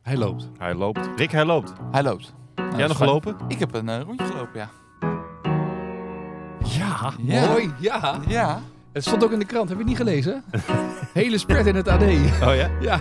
Hij loopt. Hij loopt. Rick, hij loopt. Hij loopt. Nou, Jij nog gelopen? Ik heb een rondje gelopen, ja. Ja, Ja. mooi. Ja. Ja. Het stond ook in de krant. Heb je het niet gelezen? Hele spread in het AD. Oh ja? Ja.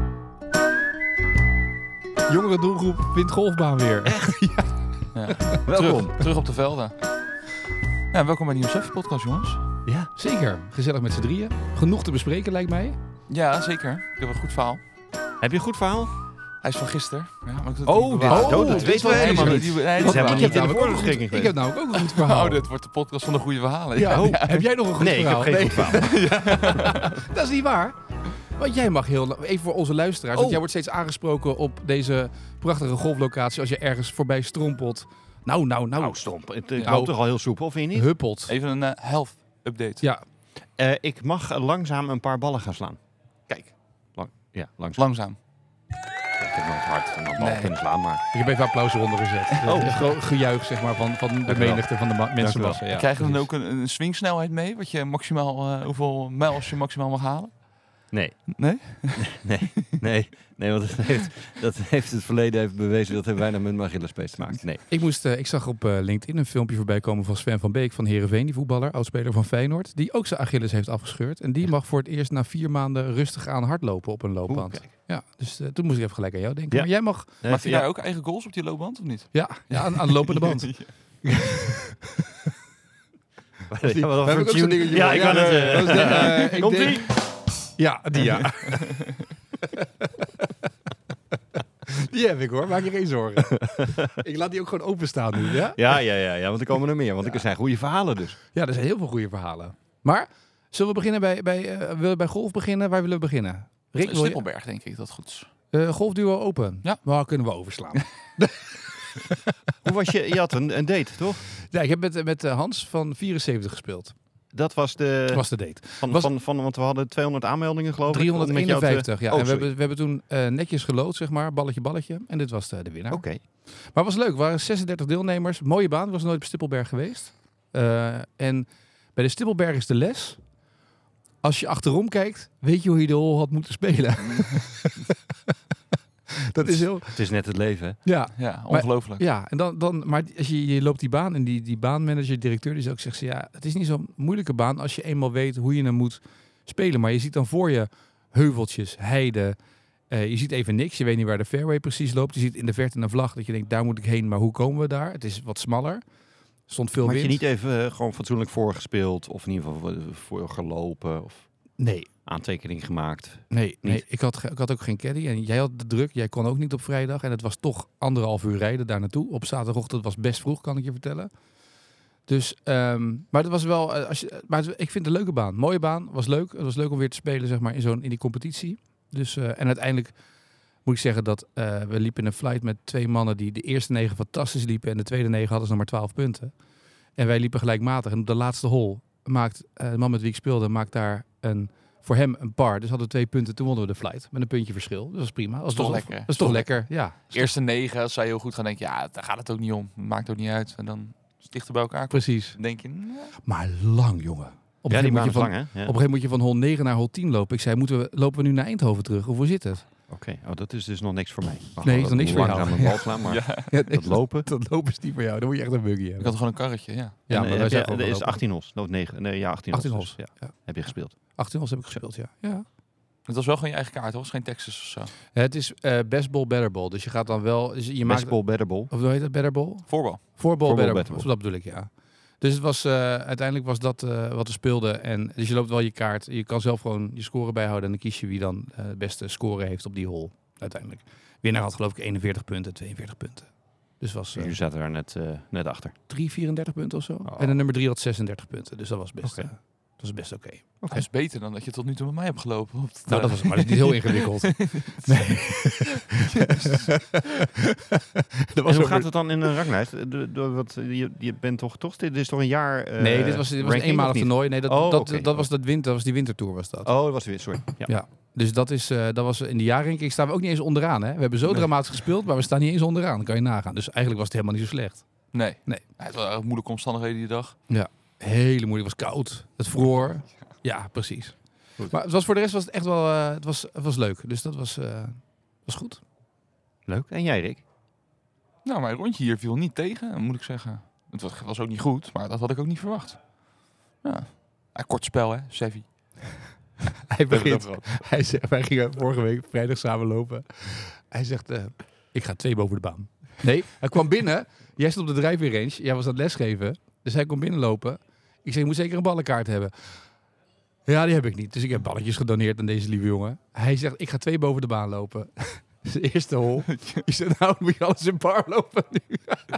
Jongere doelgroep wint golfbaan weer. Ja. Welkom. Terug op de velden. Ja, welkom bij de Nieuw podcast, jongens. Ja. Zeker. Gezellig met z'n drieën. Genoeg te bespreken, lijkt mij. Ja, zeker. Ik heb een goed verhaal. Heb je een goed verhaal? Hij is van gisteren. Ja, maar ik dat weten we helemaal niet. Nee, Dat dat is helemaal is niet in de namelijk ook voorbeschikking Ik geweest. heb namelijk ook een goed verhaal. Oh, dit wordt de podcast van de goede verhalen. Ja, heb jij nog een goed Nee, ik verhaal? heb geen goed verhaal. Dat is niet waar. Want jij mag even voor onze luisteraars. Want jij wordt steeds aangesproken op deze prachtige golflocatie. Als je ergens voorbij strompelt. Nou. Stomp. Het loopt toch al heel soepel, vind je niet? Huppelt. Even een health update. Ja. Ik mag langzaam een paar ballen gaan slaan. Kijk, Ja, langzaam. langzaam. Ik heb nooit hard een bal Nee. kunnen slaan, maar... Ik heb even applaus eronder gezet. Oh. Gejuich zeg maar, van de wel. menigte van de mensenmassa. Ja, Krijg je dan precies. ook een swingsnelheid mee? Wat je maximaal, hoeveel mijls je maximaal mag halen? Nee. Nee? Nee, want dat heeft het verleden even bewezen. Dat heeft weinig met mijn Achillespees te maken. Nee. Ik zag op LinkedIn een filmpje voorbij komen van Sven van Beek van Heerenveen, die voetballer, oudspeler van Feyenoord, die ook zijn Achilles heeft afgescheurd. En die mag voor het eerst na 4 maanden rustig aan hardlopen op een loopband. Kijk. Ja, dus toen moest ik even gelijk aan jou denken. Ja. Maar jij mag Maakt hij daar ook eigen goals op die loopband of niet? aan de lopende band. Wat een We hebben ook zo'n tune. dingetje Ja, voor. ik kan het... ik Komt-ie? denk- Ja, die ja. Die heb ik hoor, maak je geen zorgen. Ik laat die ook gewoon openstaan nu, ja? Ja, want er komen er meer. Want er zijn goede verhalen dus. Ja, er zijn heel veel goede verhalen. Maar, zullen we beginnen willen we bij golf beginnen? Waar willen we beginnen? Rick, wil je? Stippelberg, denk ik dat goed is. Golfduo open. Ja. Maar kunnen we overslaan. Hoe was je had een date, toch? Ja, ik heb met Hans van 74 gespeeld. Dat was de... Dat was de date. Want we hadden 200 aanmeldingen, geloof ik. Met jou 351, ja. Oh, En we sorry. hebben toen netjes gelood, zeg maar. Balletje. En dit was de winnaar. Oké. Maar het was leuk. Er waren 36 deelnemers. Mooie baan. Ik was nooit op Stippelberg geweest. En bij de Stippelberg is de les. Als je achterom kijkt, weet je hoe je de hole had moeten spelen. Dat is heel... Het is net het leven, hè? Ja, Ja, ongelooflijk. ja, en maar als je loopt die baan en die baanmanager, directeur, die zou ook zeggen, ja, het is niet zo'n moeilijke baan als je eenmaal weet hoe je hem moet spelen. Maar je ziet dan voor je heuveltjes, heide, je ziet even niks, je weet niet waar de fairway precies loopt. Je ziet in de verte een vlag dat je denkt, daar moet ik heen, maar hoe komen we daar? Het is wat smaller. Er stond veel Had wind. je niet even gewoon fatsoenlijk voorgespeeld? Of in ieder geval voor gelopen? Of Nee. aantekening gemaakt? Nee, Niet? ik had ook geen caddy en jij had de druk. Jij kon ook niet op vrijdag en het was toch 1,5 uur rijden daar naartoe. Op zaterdagochtend was best vroeg, kan ik je vertellen. Dus, maar het was wel, ik vind het een leuke baan. Mooie baan, was leuk. Het was leuk om weer te spelen, zeg maar, in die competitie. Dus, en uiteindelijk moet ik zeggen dat we liepen in een flight met 2 mannen die de eerste 9 fantastisch liepen en de tweede 9 hadden ze nog maar 12 punten. En wij liepen gelijkmatig. En op de laatste hole maakt de man met wie ik speelde, maakt daar voor hem een par. Dus hadden we 2 punten. Toen wonnen we de flight. Met een puntje verschil. Dat was prima. Dat toch lekker. Dat is toch lekker. Ja. Eerste 9, als zij heel goed gaan denken, ja, daar gaat het ook niet om. Maakt ook niet uit. En dan is het dichter bij elkaar komt, Precies. dan denk je, nou, Maar lang, jongen. Op Ja, een die gegeven baan moment is lang, hè? Ja. op een gegeven moment moet je van hole 9 naar hole 10 lopen. Ik zei, lopen we nu naar Eindhoven terug? Of hoe zit het? Oké, dat is dus nog niks voor mij. Nee, is nog niks voor jou. Langzaam een bal slaan, maar ja. dat lopen... Dat lopen is niet voor jou. Dan moet je echt een buggy Ik hebben. had gewoon een karretje, ja. Ja, maar wij zijn er gewoon is gelopen. 18 holes. No, 9. Nee, ja, 18 holes. 18 dus, holes. ja. Ja. Heb je gespeeld? 18 holes heb ik gespeeld, ja. Het was wel gewoon je eigen kaart, hoor. Het was geen Texas of zo. Het is best ball, better ball. Dus je gaat dan wel... Dus je maakt, Best ball, better ball. of hoe heet dat? Better ball? Voorbal. Voorbal, better better ball. ball. Dat bedoel ik, ja. Dus het was, uiteindelijk was dat wat we speelden. En, dus je loopt wel je kaart. Je kan zelf gewoon je score bijhouden. En dan kies je wie dan het beste score heeft op die hole. Uiteindelijk. Winnaar had geloof ik 41 punten, 42 punten. Dus was Jullie zaten daar net achter. 34 punten of zo. Oh. En de nummer 3 had 36 punten. Dus dat was best Oké. dat was best oké. Dat is beter dan dat je tot nu toe met mij hebt gelopen. Op het, Nou, dat was maar dat is niet heel ingewikkeld. Nee. En hoe gaat het dan in een ranglijst? Je bent toch? Dit is toch een jaar... Nee, dit was een ranking, eenmalig of niet? toernooi. Nee, oké. dat was dat was die wintertour was dat. Oh, dat was weer, sorry. Ja. Ja. Dus dat was in de jaarranking staan we ook niet eens onderaan. Hè? We hebben zo dramatisch gespeeld, maar we staan niet eens onderaan. Dat kan je nagaan. Dus eigenlijk was het helemaal niet zo slecht. Nee. Nee. Ja, het waren moeilijke omstandigheden die dag. Hele moeilijk. Het was koud. Het vroor. Ja, precies. Goed. Maar het was voor de rest was het echt wel... het was leuk. Dus dat was goed. Leuk. En jij, Rick? Nou, mijn rondje hier viel niet tegen, moet ik zeggen. Het was ook niet goed, maar dat had ik ook niet verwacht. Ja, kort spel, hè, Sevi. Hij begint. Hij zegt, wij gingen vorige week vrijdag samen lopen. Hij zegt, ik ga 2 boven de baan. Nee, hij kwam binnen. Jij stond op de driving range. Jij was aan het lesgeven. Dus hij kon binnenlopen. Ik zei, je moet zeker een ballenkaart hebben. Ja, die heb ik niet. Dus ik heb balletjes gedoneerd aan deze lieve jongen. Hij zegt, ik ga 2 boven de baan lopen. De eerste hol. Ik zei, nou moet je alles in bar lopen nu.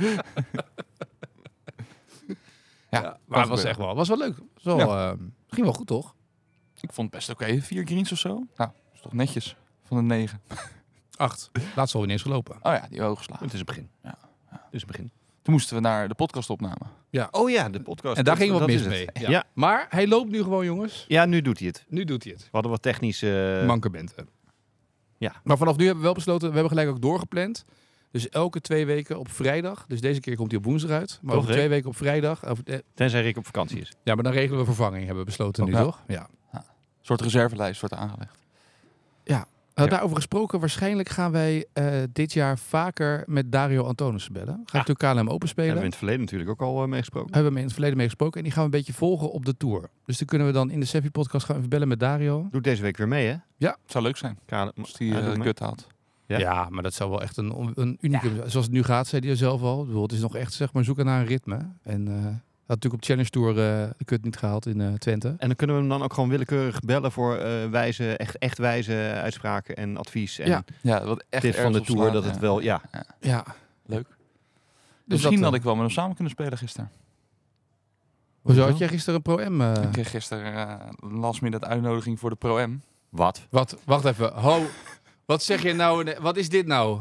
Ja, maar het was echt wel, was wel leuk. Zo, ging wel goed, toch? Ik vond het best oké. 4 greens of zo. Nou, dat is toch netjes. Van de 9. 8. Laatst al ineens gelopen. Oh ja, die hoog geslagen. Het is het begin. Ja. Het is het begin. Toen moesten we naar de podcastopname. Ja. Oh ja, de podcast. En daar ging wat dat mis is het. mee. Ja. Maar hij loopt nu gewoon, jongens. Ja, nu doet hij het. Nu doet hij het. We hadden wat technische... Mankementen. Ja. Maar vanaf nu hebben we wel besloten, we hebben gelijk ook doorgepland. Dus elke 2 weken op vrijdag. Dus deze keer komt hij op woensdag uit. Maar Toch, over 2 weken op vrijdag. Tenzij Rick op vakantie is. Ja, maar dan regelen we vervanging, hebben we besloten nu, Ja. toch? Ja. Een soort reservelijst wordt aangelegd. Ja. Daarover gesproken, waarschijnlijk gaan wij dit jaar vaker met Dario Antonissen bellen. Gaan we natuurlijk KLM Open spelen. Hebben we in het verleden natuurlijk ook al meegesproken. Hebben we in het verleden mee gesproken. En die gaan we een beetje volgen op de tour. Dus dan kunnen we dan in de Seffi podcast gaan even bellen met Dario. Doet deze week weer mee, hè? Het zou leuk zijn als die Hij doet de mee. kut haalt. Ja. Ja, maar dat zou wel echt een unicum. Zoals het nu gaat, zei hij er zelf al. Ik bedoel, het is nog echt, zeg maar, zoeken naar een ritme. En had natuurlijk op Challenge Tour de kut niet gehaald in Twente. En dan kunnen we hem dan ook gewoon willekeurig bellen voor wijze, echt wijze uitspraken en advies. En Ja. Ja, wat echt tips van ergens de op Tour, slaat, dat het wel... Ja, Ja. Leuk. Dus Misschien dat, had ik wel met hem samen kunnen spelen gisteren. Hoezo had jij gisteren een Pro-M? Ik kreeg gisteren last minute uitnodiging voor de Pro-M. wat? Wacht even. Ho, wat zeg je nou? Wat is dit nou?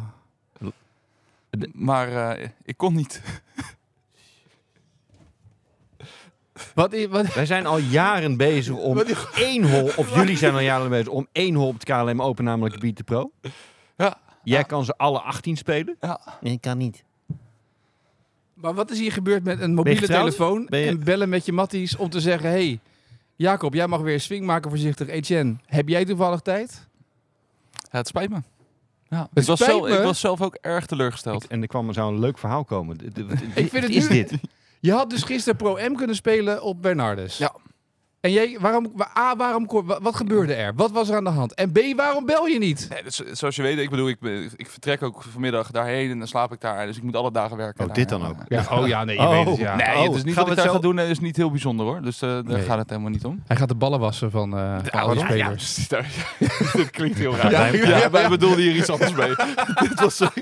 Maar ik kon niet. Wat? Wij zijn al jaren bezig om 1 hol, of jullie zijn al jaren bezig om 1 hol op het KLM Open, namelijk Beat the Pro. Ja. Jij kan ze alle 18 spelen. Ja. Nee, ik kan niet. Maar wat is hier gebeurd met een mobiele getrouwd? telefoon Ben je- en bellen met je matties om te zeggen... Hey, Jacob, jij mag weer een swing maken voorzichtig. Etienne, heb jij toevallig tijd? Ja, het spijt me. Ja. Het spijt me? Ik was zelf ook erg teleurgesteld. En er zou een leuk verhaal komen. Ik vind het is nu- dit? Je had dus gisteren Pro-M kunnen spelen op Bernardus. Ja. En jij, wat gebeurde er? Wat was er aan de hand? En B, waarom bel je niet? Nee, dus, zoals je weet, ik vertrek ook vanmiddag daarheen en dan slaap ik daar. Dus ik moet alle dagen werken. Oh, daar. dit dan ook? Ja, oh ja, nee, je Oh. weet het, ja. Nee, Oh, het is niet gaan wat we ik daar het ga doen. is niet heel bijzonder hoor. Dus daar Nee. gaat het helemaal niet om. Hij gaat de ballen wassen van al die Ja, spelers. dat klinkt heel raar. Ja, Ja, ja. wij bedoelden hier iets anders mee. Dit was zo...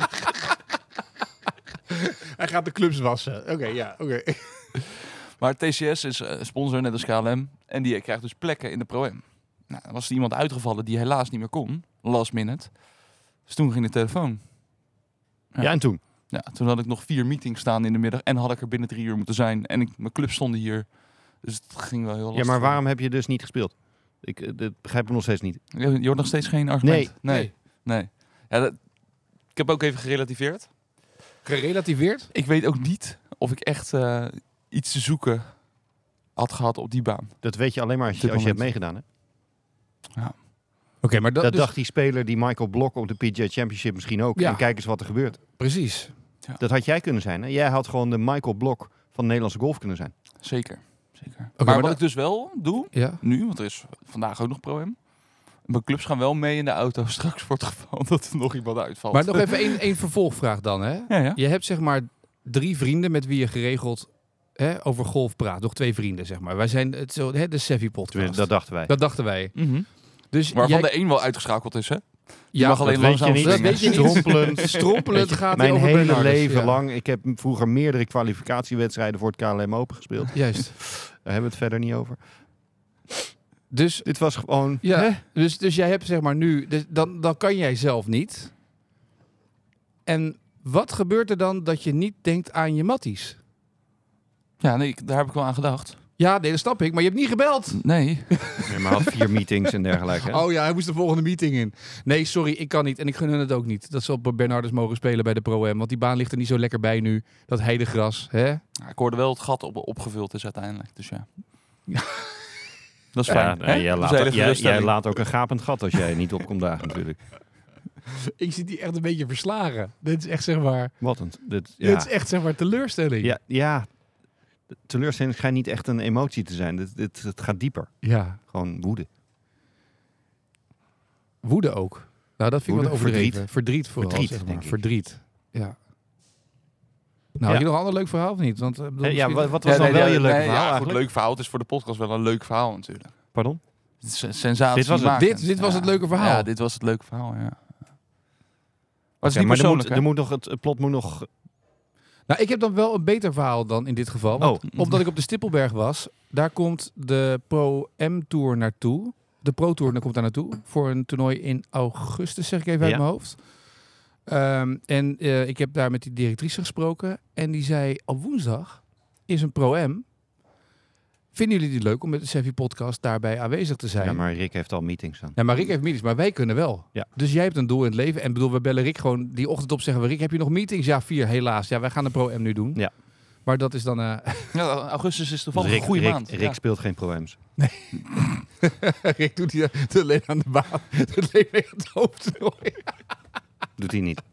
Hij gaat de clubs wassen. Oké, ja, oké. Maar TCS is sponsor, net als KLM. En die krijgt dus plekken in de Pro-M. Nou, dan was er iemand uitgevallen die helaas niet meer kon. Last minute. Dus toen ging de telefoon. Ja, en toen? Ja, toen had ik nog 4 meetings staan in de middag. En had ik er binnen 3 uur moeten zijn. En mijn club stonden hier. Dus het ging wel heel lastig. Ja, maar waarom heb je dus niet gespeeld? Dat begrijp ik nog steeds niet. Je hoort nog steeds geen argument. Nee. Nee. Ja, ik heb ook even gerelativeerd. Gerelativeerd? Ik weet ook niet of ik echt iets te zoeken had gehad op die baan. Dat weet je alleen maar als Dit je hebt moment. meegedaan. Hè? Oké, maar Dat dus- dacht die speler, die Michael Blok op de PGA Championship misschien ook. Ja. En kijk eens wat er gebeurt. Precies. Dat had jij kunnen zijn. Hè? Jij had gewoon de Michael Blok van de Nederlandse golf kunnen zijn. Zeker. maar maar wat dat- ik dus wel doe, Ja. nu, want er is vandaag ook nog Pro-M. Mijn clubs gaan wel mee in de auto straks voor het geval dat er nog iemand uitvalt. Maar nog even één vervolgvraag dan, hè? Ja. Je hebt zeg maar 3 vrienden met wie je geregeld over golf praat. Nog 2 vrienden, zeg maar. Wij zijn de Seffi podcast. Dat dachten wij. Dat dachten wij. Mhm. Dus Waarvan jij, de een wel uitgeschakeld is, hè? ja, mag alleen dat weet je langzaam niet. swingen. Dat weet je niet. Strompelend. Strompelend Weet je, gaat hij mijn over hele Bernardus, leven ja. lang. Ik heb vroeger meerdere kwalificatiewedstrijden voor het KLM Open gespeeld. Juist. Daar hebben we het verder niet over. Dus, Dit was gewoon... ja, hè? dus jij hebt zeg maar nu... Dus dan kan jij zelf niet. En wat gebeurt er dan dat je niet denkt aan je matties? Ja, nee, daar heb ik wel aan gedacht. Ja, nee, dat snap ik. Maar je hebt niet gebeld. Nee. Nee, maar had 4 meetings en dergelijke. Hè? Oh ja, hij moest de volgende meeting in. Nee, sorry, ik kan niet. En ik gun hun het ook niet. Dat ze op Bernardus mogen spelen bij de Pro-M. Want die baan ligt er niet zo lekker bij nu. Dat heidegras, hè? Ja, ik hoorde wel het gat opgevuld is uiteindelijk. Dus ja. Dat is Ja, fijn. nee, hè? jij Dat is laat, een hele jij geruststelling. laat ook een gapend gat als jij niet opkomt dagen natuurlijk. Ik zit hier echt een beetje verslagen. Dit is echt zeg maar... Wat een... Dit is echt zeg maar teleurstelling. Ja, teleurstelling schijnt niet echt een emotie te zijn. Het gaat dieper. Ja. Gewoon woede. Woede ook. Nou, dat vind ik Woede, wat overdreven. Verdriet vooral, Verdriet, zeg maar. denk ik. Verdriet. Ja. Nou, Ja. heb je nog een ander leuk verhaal of niet? Want, bedoel, Ja, misschien- wat was dan wel je leuke verhaal Ja, goed, eigenlijk? leuk verhaal. Het is voor de podcast wel een leuk verhaal natuurlijk. Pardon? Het is een sensatie. Dit was het. makend. Dit was het leuke verhaal. Ja, dit was het leuke verhaal, ja. Maar het is Oké, niet persoonlijk, er moet nog, het plot moet nog... Nou, ik heb dan wel een beter verhaal dan in dit geval. Want omdat ik op de Stippelberg was, daar komt de Pro-M-tour naartoe. De Pro-tour komt daar naartoe voor een toernooi in augustus, zeg ik even uit Ja. mijn hoofd. Ik heb daar met die directrice gesproken. En die zei, op woensdag is een Pro-M. Vinden jullie het leuk om met de Sevi podcast daarbij aanwezig te zijn? Ja, maar Rick heeft al meetings aan. Ja, maar Rick heeft meetings, maar wij kunnen wel. Ja. Dus jij hebt een doel in het leven. En bedoel, we bellen Rick gewoon die ochtend op, zeggen we, Rick, heb je nog meetings? Ja, 4, helaas. Ja, wij gaan de Pro-M nu doen. Ja. Maar dat is dan... Ja, augustus is toevallig Dus een goede maand. Rick Ja. speelt geen Pro-M's. Rick doet hier alleen aan de baan. Het leeft echt het hoofdtoernooi. Doet hij niet.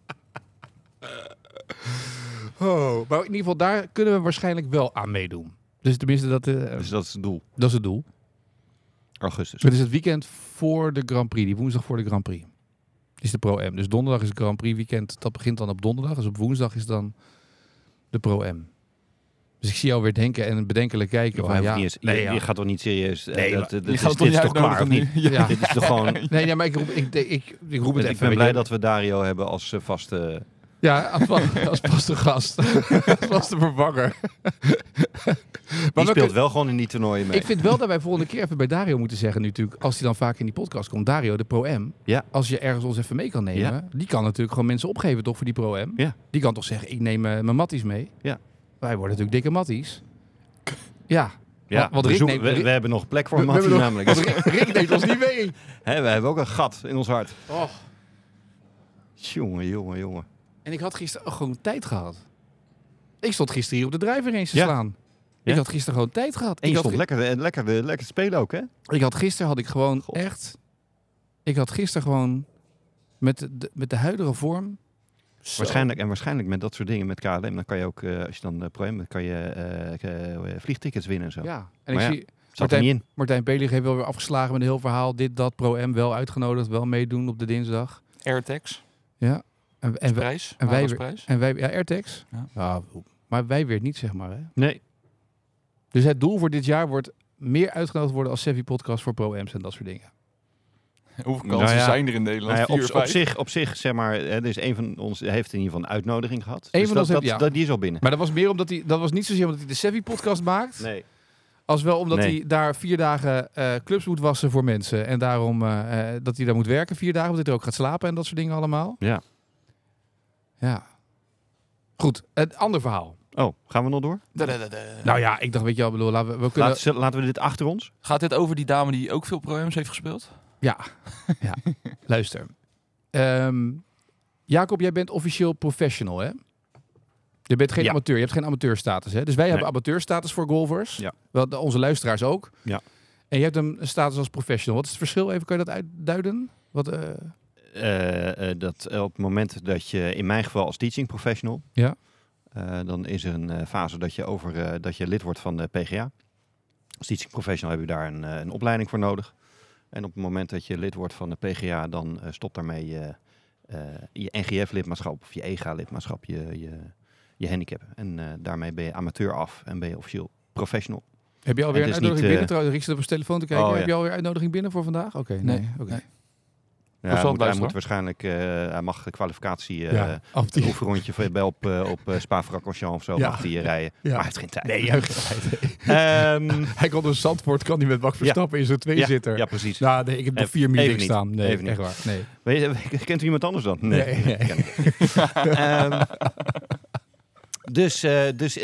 Oh. Maar in ieder geval, daar kunnen we waarschijnlijk wel aan meedoen. Dus tenminste, Dus dat is het doel. dat is het doel. Augustus. Het is het weekend voor de Grand Prix. Die woensdag voor de Grand Prix. Is de Pro-M. Dus donderdag is het Grand Prix weekend. Dat begint dan op donderdag. Dus op woensdag is dan de Pro-M. Dus ik zie jou weer denken en bedenkelijk kijken. Joh, Van, hij ja, hoeft niet eens, nee, je ja. gaat toch niet serieus... Nee, dit Je is gaat het dit toch is niet toch klaar, of niet? uitnodigen nu? Ja. Dit is toch gewoon... Nee, maar ik roep het Ik even. ben weet blij je. dat we Dario hebben als vaste... Ja, als vaste gast. Als vaste vervanger. Die speelt wel gewoon in die toernooien mee. Ik vind wel dat wij volgende keer even bij Dario moeten zeggen nu natuurlijk, als hij dan vaak in die podcast komt, Dario, de Pro-M, Ja. als je ergens ons even mee kan nemen, Ja. die kan natuurlijk gewoon mensen opgeven toch voor die Pro-M. Ja. Die kan toch zeggen, ik neem mijn matties mee. Ja. Wij worden natuurlijk dikke matties. Ja. Ja, Want Rick neemt- we hebben nog plek voor We Mattie hebben nog- namelijk. want Rick neemt ons niet mee. Hè, we hebben ook een gat in ons hart. Oh. Jongen. En ik had gisteren ook gewoon tijd gehad. Ik stond gisteren hier op de driver eens te Ja. slaan. Ja. Ik had gisteren gewoon tijd gehad. En je Ik had stond lekker te spelen ook, hè? Gisteren had ik gewoon God. echt... Ik had gisteren gewoon met de huidige vorm... zo- Waarschijnlijk met dat soort dingen met KLM, dan kan je ook, als je dan Pro-M bent, kan je vliegtickets winnen en zo. Ja, en Maar ik ja, zie... Zat er niet in. Martijn Pelig heeft wel weer afgeslagen met een heel verhaal. Dit, dat, Pro-M wel uitgenodigd, wel meedoen op de dinsdag. AirTags, Ja. En prijs, en wij- prijs. wij... Ja, AirTags. Ja. Ja, maar wij weer niet, zeg maar. Hè. Nee. Dus het doel voor dit jaar wordt meer uitgenodigd worden als Sevi Podcast voor Pro-M's en dat soort dingen. Hoeveel Nou kansen ja. zijn er in Nederland? Nou ja, 4, 5? op zich, zeg maar, er is een van ons heeft in ieder geval een uitnodiging gehad. Eén Dus van ons dat, heeft- ja. dat, die is al binnen. Maar dat was meer omdat dat was niet zozeer omdat hij de Sevi Podcast maakt. Nee. Als wel omdat Nee. hij daar 4 dagen clubs moet wassen voor mensen. En daarom dat hij daar moet werken 4 dagen. Omdat hij er ook gaat slapen en dat soort dingen allemaal. Ja. Ja. Goed, het ander verhaal. Oh, gaan we nog door? Nou ja, ik dacht, weet je wel, bedoel, we kunnen... Laten we dit achter ons. Gaat dit over die dame die ook veel Pro-M's heeft gespeeld? Ja, luister. Jacob, jij bent officieel professional, hè? Je bent geen Ja. amateur, je hebt geen amateurstatus, hè? Dus wij hebben amateurstatus voor golfers. Ja. Wel, onze luisteraars ook. Ja. En je hebt een status als professional. Wat is het verschil? Even, kan je dat uitduiden? Wat, Dat op het moment dat je, in mijn geval als teaching professional, Ja. dan is er een fase dat je lid wordt van de PGA. Als teaching professional heb je daar een opleiding voor nodig. En op het moment dat je lid wordt van de PGA, dan stopt daarmee je NGF-lidmaatschap of je EGA-lidmaatschap, je handicap. En daarmee ben je amateur af en ben je officieel professional. Heb je alweer Het een is uitnodiging niet, binnen? Trouwens, Rick zit op zijn telefoon te kijken. Oh, ja. Heb je alweer een uitnodiging binnen voor vandaag? Oké, nee. Oké. Nee. Ja, Of zal het hij luisteren? moet waarschijnlijk, hij mag de kwalificatie, Ja, een oefenrondje op Spa-Francorchamps of zo, Ja. mag hij rijden. Ja. Maar hij heeft geen tijd. Nee, hij kan dus Zandvoort, kan hij met Max Verstappen in zo'n tweezitter. Ja, precies. Nou, nee, ik heb nog 4 Even meetings niet. staan. Nee, Even echt niet. waar. Nee. Kent u iemand anders dan? Nee. ken ik niet. Dus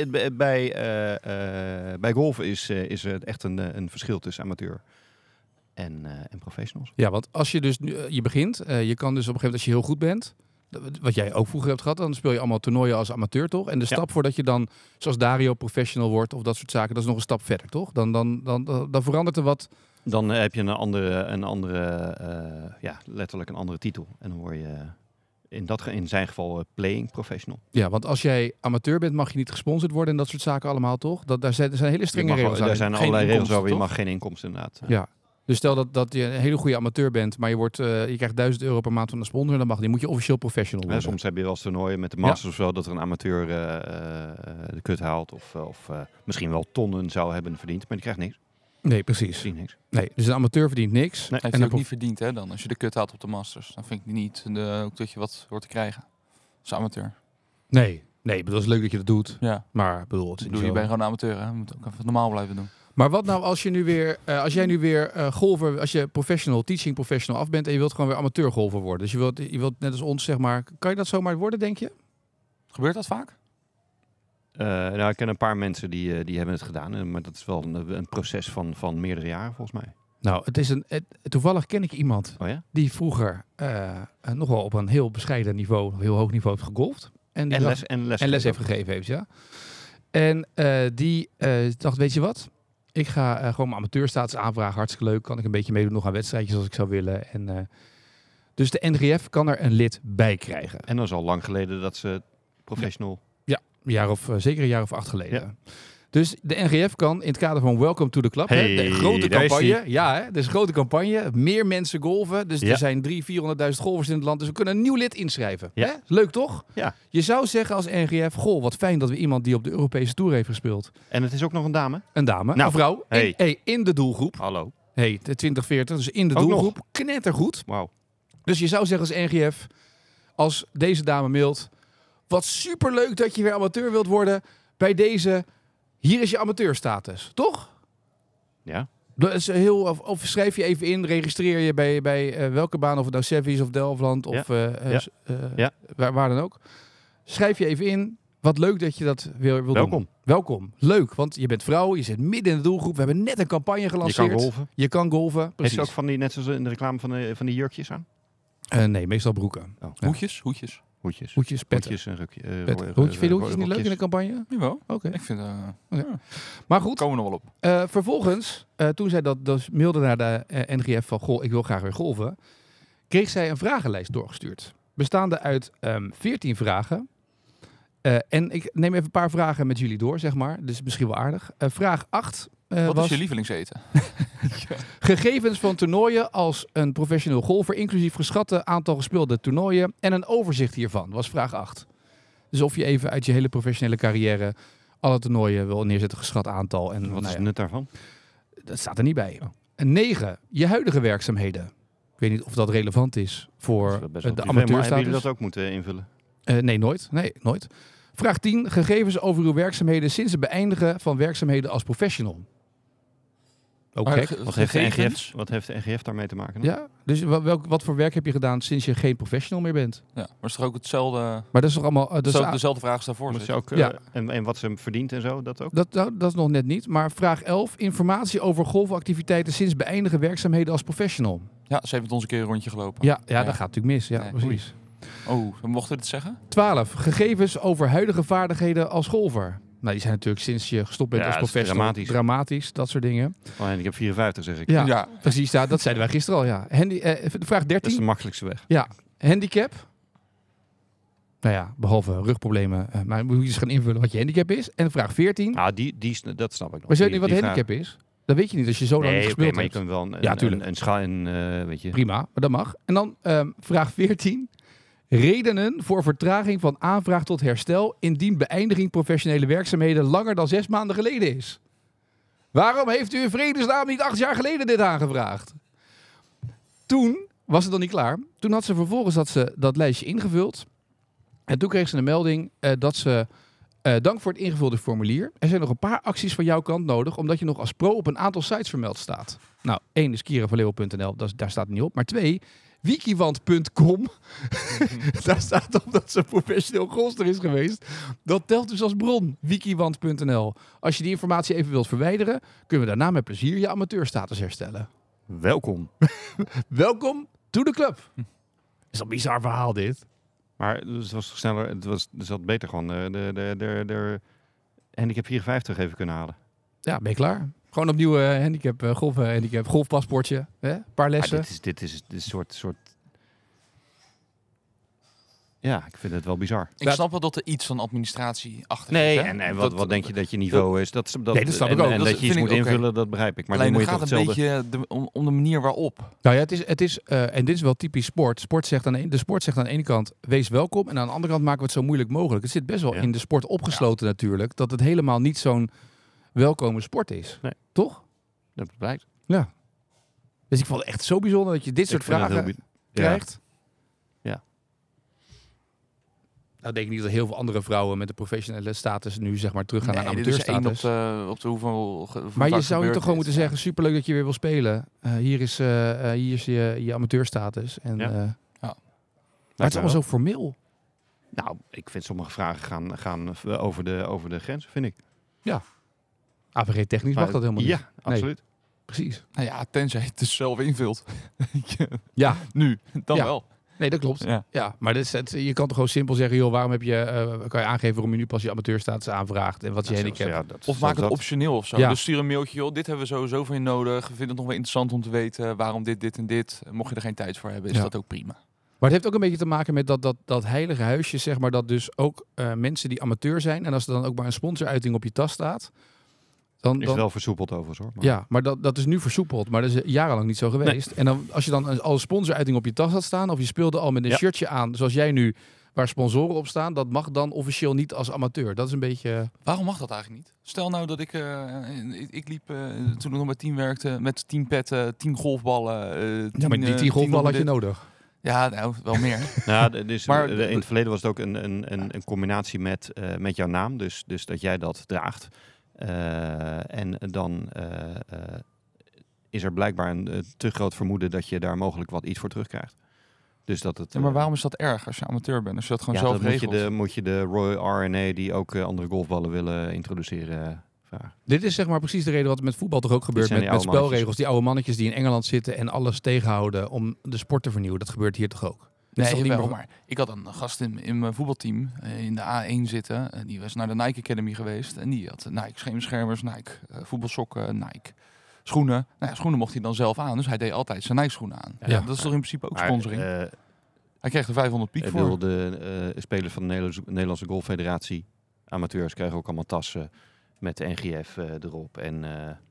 bij golfen is er echt een verschil tussen amateur en professionals. Ja, want als je dus je begint, je kan dus op een gegeven moment, als je heel goed bent, wat jij ook vroeger hebt gehad, dan speel je allemaal toernooien als amateur, toch? En de Ja. stap voordat je dan, zoals Dario, professional wordt of dat soort zaken, dat is nog een stap verder, toch? Dan verandert er wat. Dan heb je een andere letterlijk een andere titel. En dan word je in zijn geval playing professional. Ja, want als jij amateur bent, mag je niet gesponsord worden en dat soort zaken allemaal, toch? Daar zijn hele strenge regels aan. Er zijn Geen allerlei regels inkomsten, over. Je toch? mag geen inkomsten inderdaad. Ja. Dus stel dat je een hele goede amateur bent, maar je krijgt €1000 per maand van een sponsor, dan mag niet. Moet je officieel professional worden. Soms heb je wel eens toernooien met de Masters of zo, dat er een amateur de kut haalt. Of misschien wel tonnen zou hebben verdiend, maar die krijgt niks. Nee, precies. Verdient niks. Nee, dus een amateur verdient niks. Nee. Heeft En hij ook dan niet verdiend, hè, dan? Als je de kut haalt op de Masters. Dan vind ik niet ook dat je wat hoort te krijgen. Als amateur. Nee, bedoel, het is leuk dat je dat doet. Ja. Maar bedoel, het is Ik niet bedoel, je zo. bent gewoon een amateur, hè? Je moet ook even normaal blijven doen. Maar wat nou als jij nu weer golfer, als je teaching professional af bent en je wilt gewoon weer amateur golfer worden. Dus je wilt net als ons, zeg maar, kan je dat zomaar worden, denk je? Gebeurt dat vaak? Ik ken een paar mensen die hebben het gedaan. Maar dat is wel een proces van meerdere jaren volgens mij. Nou, toevallig ken ik iemand Oh ja? die vroeger nog wel op een heel bescheiden niveau, heel hoog niveau heeft gegolfd. Die En dacht- les heeft gegeven heeft, ja. En die dacht, weet je wat? Ik ga gewoon mijn amateurstatus aanvragen. Hartstikke leuk. Kan ik een beetje meedoen nog aan wedstrijdjes als ik zou willen. Dus de NGF kan er een lid bij krijgen. En dat is al lang geleden dat ze professional... Zeker een jaar of 8 geleden. Ja. Dus de NGF kan in het kader van Welcome to the Club, Hey, de grote daar is campagne. Ja, hè, dus een grote campagne. Meer mensen golven. Dus Ja. er zijn 300.000 golfers in het land. Dus we kunnen een nieuw lid inschrijven. Ja. Hè? Leuk toch? Ja. Je zou zeggen als NGF, goh, wat fijn dat we iemand die op de Europese Tour heeft gespeeld. En het is ook nog een dame. Een dame, Nou, een vrouw, hey. in de doelgroep. Hallo. De 2040, dus in de Ook doelgroep. Knettergoed. Wauw. Dus je zou zeggen als NGF, als deze dame mailt, wat superleuk dat je weer amateur wilt worden bij deze, hier is je amateurstatus, toch? Ja. Dat is of schrijf je even in, registreer je bij welke baan, of het nou Sevis of Delftland of Ja. waar dan ook. Schrijf je even in, wat leuk dat je dat weer wil Welkom. doen. Welkom. Leuk, want je bent vrouw, je zit midden in de doelgroep. We hebben net een campagne Je gelanceerd. kan golven. Je kan golven, Is precies. er ook van die, net zoals in de reclame van die jurkjes aan? Nee, meestal broeken. Oh. Ja. Hoedjes? Hoedjes. Hoedjes, petten. Hoedjes en rukje. Petten. Vind je de hoedjes niet leuk in de campagne? Jawel. Oké. Ik vind... Maar goed, Komen we nog wel op. vervolgens, toen zij dat dus mailde naar de NGF van, goh, ik wil graag weer golven, kreeg zij een vragenlijst doorgestuurd. Bestaande uit 14 vragen. En ik neem even een paar vragen met jullie door, zeg maar. Dus misschien wel aardig. Vraag 8 Wat was is je lievelingseten? gegevens van toernooien als een professioneel golfer, inclusief geschatte aantal gespeelde toernooien en een overzicht hiervan, was vraag 8. Dus of je even uit je hele professionele carrière alle toernooien wil neerzetten, geschat aantal. En Wat is nou het ja, nut daarvan? dat staat er niet bij. Oh. En 9, je huidige werkzaamheden. Ik weet niet of dat relevant is voor Dat is best wel de privé, maar hebben amateurstatus. jullie dat ook moeten invullen? Nee, nooit. Nee, nooit. Vraag 10. Gegevens over uw werkzaamheden sinds het beëindigen van werkzaamheden als professional. Ook Maar gek. Wat heeft de NGF daarmee te maken? Dan? Ja, dus wat voor werk heb je gedaan sinds je geen professional meer bent? Ja, maar is toch ook hetzelfde... Maar dat is toch allemaal... dezelfde vraag als daarvoor. Moet zit. je ook, Ja. en wat ze verdient en zo, dat ook? Dat is nog net niet. Maar vraag 11. Informatie over golfactiviteiten sinds beëindigen werkzaamheden als professional. Ja, ze heeft ons een keer een rondje gelopen. Ja, dat gaat natuurlijk mis. Ja, Nee, precies. Oh, mochten we dit zeggen? 12. Gegevens over huidige vaardigheden als golfer. Nou, die zijn natuurlijk sinds je gestopt bent Ja, als dat is professional. Dramatisch, dat soort dingen. Oh, en ik heb 54, zeg ik. Ja, precies. Ja, dat zeiden wij gisteren al. Ja. Vraag Dat is 13. de makkelijkste weg. Ja, handicap. Nou ja, behalve rugproblemen. Maar moet je eens gaan invullen wat je handicap is. En vraag 14. Ah, dat snap ik nog. Maar je weet niet wat Die handicap is? Dat weet je niet als je zo lang niet Nee, gespeeld maar je hebt. kunt wel Ja, tuurlijk. weet je. Prima, maar dat mag. En dan vraag 14. Redenen voor vertraging van aanvraag tot herstel indien beëindiging professionele werkzaamheden langer dan 6 maanden geleden is. Waarom heeft u in vredesnaam niet 8 jaar geleden dit aangevraagd? Toen was het nog niet klaar. Toen had ze vervolgens dat lijstje ingevuld. En toen kreeg ze een melding dat ze... dank voor het ingevulde formulier. Er zijn nog een paar acties van jouw kant nodig, omdat je nog als pro op een aantal sites vermeld staat. Nou, 1 is kierenvanleeuwen.nl, daar staat het niet op. Maar 2, wikiwand.com. Daar staat op dat ze professioneel golfster is geweest. Dat telt dus als bron, wikiwand.nl. Als je die informatie even wilt verwijderen, kunnen we daarna met plezier je amateurstatus herstellen. Welkom. Welkom to the club. Is een bizar verhaal dit. Maar het was sneller, het had beter gewoon de handicap 54 even kunnen halen. Ja, ben je klaar? Gewoon opnieuw handicap, golfhandicap, golfpaspoortje, hè? Een paar lessen. Dit is een soort... Ja, ik vind het wel bizar. Ik snap wel dat er iets van administratie achter Nee, zit. Hè? en wat denk je dat je niveau is? Nee, dat snap ik ook. En Dat dat je iets vind moet ik oké. invullen, dat begrijp ik. Maar Alleen dan het moet je gaat toch een hetzelfde... beetje om de manier waarop. Nou ja, het is en dit is wel typisch sport. De sport zegt aan de ene kant, wees welkom. En aan de andere kant maken we het zo moeilijk mogelijk. Het zit best wel Ja. in de sport opgesloten natuurlijk. Dat het helemaal niet zo'n welkome sport is. Nee. Toch? Dat blijkt. Ja. Dus ik vond het echt zo bijzonder dat je dit soort Ik vind het vragen heel krijgt. Ja. Nou denk ik niet dat heel veel andere vrouwen met de professionele status nu zeg maar teruggaan naar dit is één amateurstatus. op de hoeveel Maar je zou je toch gewoon moeten zeggen, superleuk dat je weer wil spelen. Hier is je amateurstatus. En, Ja. maar Ja. het is allemaal zo formeel. Nou, ik vind sommige vragen gaan over de grens, vind ik. AVG technisch mag dat helemaal niet. Ja, absoluut. Precies. Nou ja, tenzij je het dus zelf invult. Ja, Nu, dan Ja. wel. nee, dat klopt. Ja. Ja, maar je kan toch gewoon simpel zeggen, joh, waarom kan je aangeven waarom je nu pas je amateurstatus aanvraagt en wat je handicap. Ja, dat- Of maak het dat- optioneel of zo. Ja. Dus stuur een mailtje, joh, dit hebben we sowieso van je nodig. Vind het nog wel interessant om te weten waarom dit en dit. Mocht je er geen tijd voor hebben, is Ja. dat ook prima. Maar het heeft ook een beetje te maken met dat heilige huisje, zeg maar, dat dus ook mensen die amateur zijn en als er dan ook maar een sponsoruiting op je tas staat, dan Is wel versoepeld overigens hoor. Maar... ja, maar dat is nu versoepeld, maar dat is jarenlang niet zo geweest. En dan, als je dan al een sponsoruiting op je tas had staan, of je speelde al met een Ja. shirtje aan, zoals jij nu, waar sponsoren op staan, dat mag dan officieel niet als amateur. Dat is een beetje... Waarom mag dat eigenlijk niet? Stel nou dat ik liep toen ik nog bij team werkte met 10 petten, 10 golfballen. Ja, maar die 10 golfbal had je nodig. Ja, nou, wel meer. Nou, dus Maar- in het verleden was het ook een combinatie met jouw naam. Dus dat jij dat draagt. En dan is er blijkbaar een te groot vermoeden dat je daar mogelijk iets voor terugkrijgt. Dus dat het... Ja, maar waarom is dat erg als je amateur bent? Als je dat gewoon ja, zelf dan regelt. moet je de Royal RNA die ook andere golfballen willen introduceren vragen. Dit is zeg maar precies de reden wat er met voetbal toch ook gebeurt zijn met die oude spelregels. mannetjes. Die oude mannetjes die in Engeland zitten en alles tegenhouden om de sport te vernieuwen. Dat gebeurt hier toch ook? Dat is Nee, toch niet wel, meer- maar ik had een gast in mijn voetbalteam in de A1 zitten. Die was naar de Nike Academy geweest. En die had Nike scheenbeschermers, Nike voetbalsokken, Nike schoenen. Nou ja, schoenen mocht hij dan zelf aan. Dus hij deed altijd zijn Nike schoenen aan. Ja. Dat is toch in principe ook Maar, sponsoring? hij kreeg er 500 piek ik voor. bedoel, de spelers van de Nederlandse Golffederatie, amateurs, krijgen ook allemaal tassen met de NGF erop. En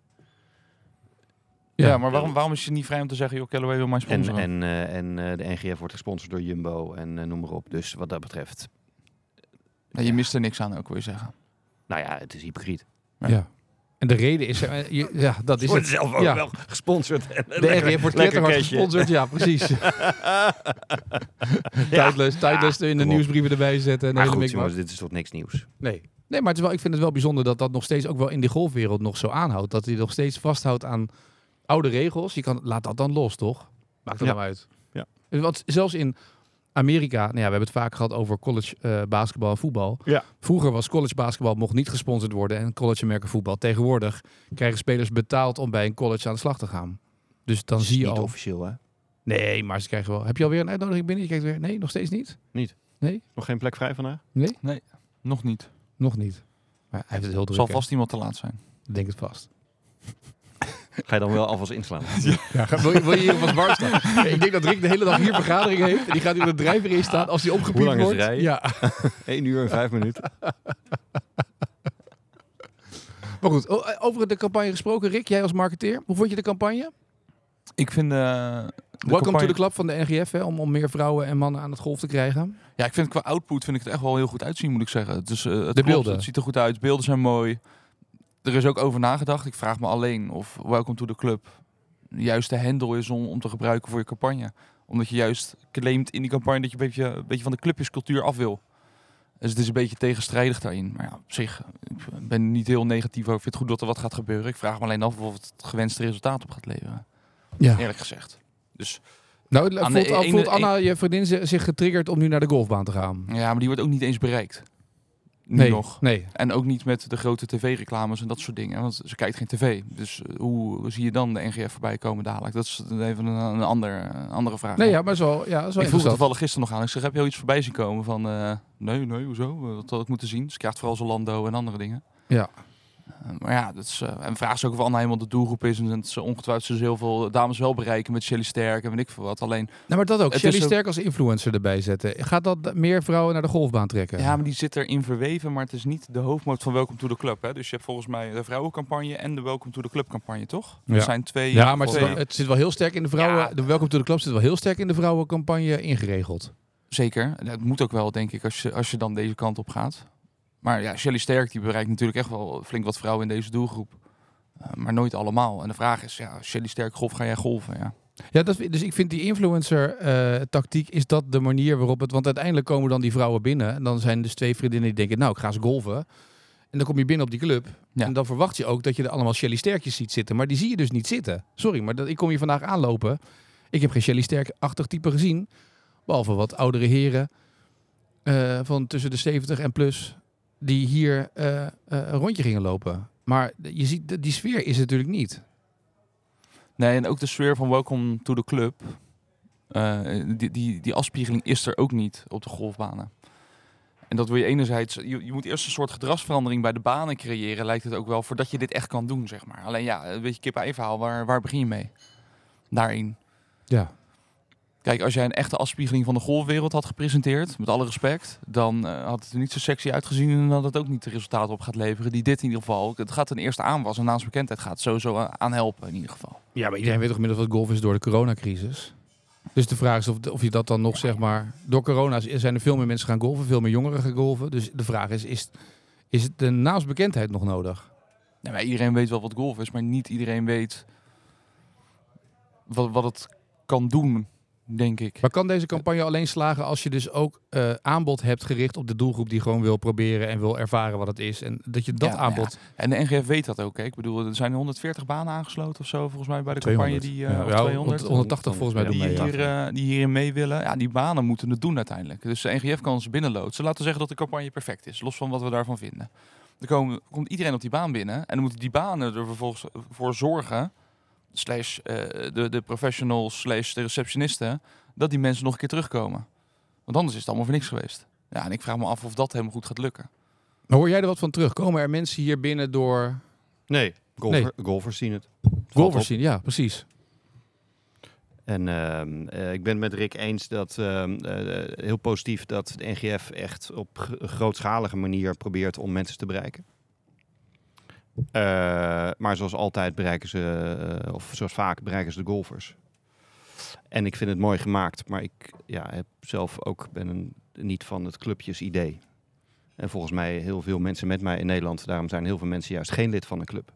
Ja, maar waarom is je niet vrij om te zeggen, joh, Callaway wil mij sponsoren? de NGF wordt gesponsord door Jumbo en noem maar op. Dus wat dat betreft, Ja, je mist er niks aan ook, wil je zeggen. nou ja, het is hypocriet. Ja. En de reden is, dat is het. zelf ook Ja. wel gesponsord. En De RGF wordt knetterhard gesponsord. Ja, precies. Tijdless in de kom op. nieuwsbrieven erbij zetten. En de Maar hele goed, mikmak. jongens, dit is toch niks nieuws. Nee, maar het is wel, ik vind het wel bijzonder dat dat nog steeds ook wel in de golfwereld nog zo aanhoudt. Dat hij nog steeds vasthoudt aan oude regels. Laat dat dan los, toch? Maakt er Ja. nou uit. Ja. Want zelfs in Amerika, nou ja, we hebben het vaak gehad over college basketbal en voetbal. Ja. Vroeger was college basketbal mocht niet gesponsord worden en college merken voetbal. Tegenwoordig krijgen spelers betaald om bij een college aan de slag te gaan. Dus dan zie je niet al. officieel, hè? Nee, maar ze krijgen wel. Heb je alweer een uitnodiging binnen? Je kijkt weer. Nee, nog steeds niet. Nog geen plek vrij vandaag? Nee, Nog niet. nog niet. Maar hij heeft het heel druk. Zal hè? vast iemand te laat zijn. Ik denk het vast. Ga je dan wel alvast inslaan? Ja, wil je hier alvast warm staan? Ik denk dat Rick de hele dag hier vergadering heeft. En die gaat hier op de drijver in staan als hij Hoe opgepiept lang is wordt. het rijden? Ja. 1 uur en 5 minuten. Maar goed, over de campagne gesproken. Rick, jij als marketeer. Hoe vond je de campagne? Ik vind... Welcome to the club van de NGF. Hè, om meer vrouwen en mannen aan het golf te krijgen. Ja, ik vind qua output vind ik het echt wel heel goed uitzien, moet ik zeggen. Dus, het De klopt, beelden. Het ziet er goed uit, de beelden zijn mooi. Er is ook over nagedacht. Ik vraag me alleen of Welcome to the Club de juiste handle is om te gebruiken voor je campagne. Omdat je juist claimt in die campagne dat je een beetje van de clubjescultuur af wil. Dus het is een beetje tegenstrijdig daarin. Maar ja, op zich, ik ben niet heel negatief over. Ik vind het goed dat er wat gaat gebeuren. Ik vraag me alleen af of het gewenste resultaat op gaat leveren. Ja. Eerlijk gezegd. Dus Nou, Aan de voelt Anna, je vriendin, zich getriggerd om nu naar de golfbaan te gaan? ja, maar die wordt ook niet eens bereikt. Nu Nee, nog. nee. En ook niet met de grote tv-reclames en dat soort dingen. Want ze kijkt geen tv. Dus hoe zie je dan de NGF voorbij komen dadelijk? Dat is even een andere vraag. Nee, ja, maar zo, ja, zo Ik vroeg interessant. toevallig gisteren nog aan. Ik zeg, heb je al iets voorbij zien komen van... nee, hoezo? Wat had ik moeten zien? Ze krijgt vooral Zalando en andere dingen. Ja. Maar ja, dat is, en vraag is ook of Anna helemaal de doelgroep is. En dat ze ongetwijfeld dus heel veel dames wel bereiken met Shelly Sterk en weet ik veel wat. Alleen, Nou, maar dat ook. Het Shelly is ook- Sterk als influencer erbij zetten. Gaat dat meer vrouwen naar de golfbaan trekken? ja, maar die zit erin verweven, maar het is niet de hoofdmoot van Welcome to the Club. Hè? Dus je hebt volgens mij de vrouwencampagne en de Welcome to the Club campagne, toch? Ja. Dat zijn twee. Ja, maar twee- het zit wel heel sterk in de vrouwen. Ja. De Welcome to the Club zit wel heel sterk in de vrouwencampagne ingeregeld. Zeker. Dat moet ook wel, denk ik, als je dan deze kant op gaat. Maar ja, Shelly Sterk die bereikt natuurlijk echt wel flink wat vrouwen in deze doelgroep. Maar nooit allemaal. En de vraag is, ja, Shelly Sterk golf, ga jij golven? Ja. Ja, dus ik vind die influencer-tactiek is dat de manier waarop het... Want uiteindelijk komen dan die vrouwen binnen. En dan zijn dus 2 vriendinnen die denken, nou, ik ga eens golven. En dan kom je binnen op die club. Ja. En dan verwacht je ook dat je er allemaal Shelly Sterkjes ziet zitten. Maar die zie je dus niet zitten. Sorry, maar ik kom hier vandaag aanlopen. Ik heb geen Shelly Sterk-achtig type gezien. Behalve wat oudere heren van tussen de 70 en plus... die hier een rondje gingen lopen. Maar je ziet, die sfeer is natuurlijk niet. Nee, en ook de sfeer van Welcome to the Club. Die afspiegeling is er ook niet op de golfbanen. En dat wil je enerzijds... Je moet eerst een soort gedragsverandering bij de banen creëren, lijkt het ook wel, voordat je dit echt kan doen, zeg maar. Alleen ja, een beetje kip-ei verhaal, waar begin je mee? Daarin. Ja. Kijk, als jij een echte afspiegeling van de golfwereld had gepresenteerd, met alle respect, dan had het er niet zo sexy uitgezien en dat het ook niet de resultaten op gaat leveren die dit in ieder geval... Het gaat ten eerste aanwas en naamsbekendheid gaat sowieso aan helpen in ieder geval. Ja, maar iedereen weet toch inmiddels wat golf is door de coronacrisis. Dus de vraag is of je dat dan nog, zeg maar... Door corona zijn er veel meer mensen gaan golven, veel meer jongeren gaan golven. Dus de vraag is het de naamsbekendheid nog nodig? Ja, maar iedereen weet wel wat golf is, maar niet iedereen weet wat het kan doen, denk ik. Maar kan deze campagne alleen slagen als je dus ook aanbod hebt gericht op de doelgroep die gewoon wil proberen en wil ervaren wat het is? En dat je dat Ja, aanbod... ja. En de NGF weet dat ook. Hè? Ik bedoel, er zijn 140 banen aangesloten of zo, volgens mij, bij de 200. campagne. Ja, Of 200. 180 volgens mij doen mee. Die hierin mee willen. Ja, die banen moeten het doen uiteindelijk. Dus de NGF kan ze binnenloodsen. Laten we zeggen dat de campagne perfect is, los van wat we daarvan vinden. Dan komt iedereen op die baan binnen en dan moeten die banen er vervolgens voor zorgen, slash de professionals, slash de receptionisten, dat die mensen nog een keer terugkomen. Want anders is het allemaal voor niks geweest. Ja, en ik vraag me af of dat helemaal goed gaat lukken. Maar hoor jij er wat van terug? Komen er mensen hier binnen door Nee, golfers zien het. golfers zien? Ja, precies. En ik ben het met Rick eens dat heel positief dat de NGF echt op grootschalige manier probeert om mensen te bereiken. Maar zoals altijd bereiken ze, of zoals vaak bereiken ze de golfers. En ik vind het mooi gemaakt, maar ik heb zelf ook niet van het clubjes idee. En volgens mij heel veel mensen met mij in Nederland, daarom zijn heel veel mensen juist geen lid van een club.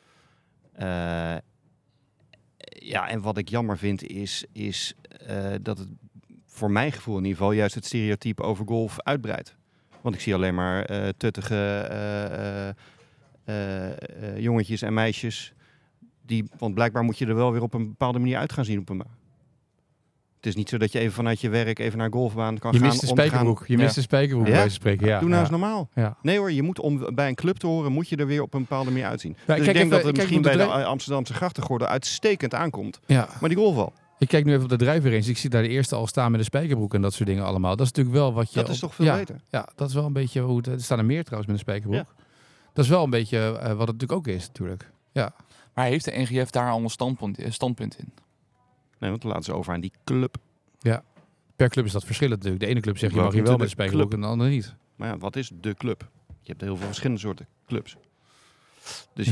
En wat ik jammer vind is dat het voor mijn gevoel in ieder geval juist het stereotype over golf uitbreidt. Want ik zie alleen maar tuttige jongetjes en meisjes. Want blijkbaar moet je er wel weer op een bepaalde manier uit gaan zien op een baan. Het is niet zo dat je even vanuit je werk even naar een golfbaan kan gaan. Je mist de spijkerbroek. Je mist de spijkerbroek bij wijze van spreken. Ja. Doe nou eens normaal. Ja. Nee hoor, je moet om bij een club te horen, moet je er weer op een bepaalde manier uitzien. Ja, dus ik denk dat het misschien bij de bedrijf... Amsterdamse grachtengordel uitstekend aankomt. Ja. Maar die golfbal. Ik kijk nu even op de drijver eens. Ik zie daar de eerste al staan met een spijkerbroek en dat soort dingen allemaal. Dat is natuurlijk wel wat je... Dat is toch veel beter? Ja, dat is wel een beetje hoe het... Er staan er meer trouwens met een spijkerbroek. Ja. Dat is wel een beetje wat het natuurlijk ook is, natuurlijk. Ja. Maar heeft de NGF daar al een standpunt in? Nee, want dan laten ze over aan die club. Ja. Per club is dat verschillend natuurlijk. De ene club zegt je mag je wel met een spijkerbroek en de andere niet. Maar ja, wat is de club? Je hebt heel veel verschillende soorten clubs. Dus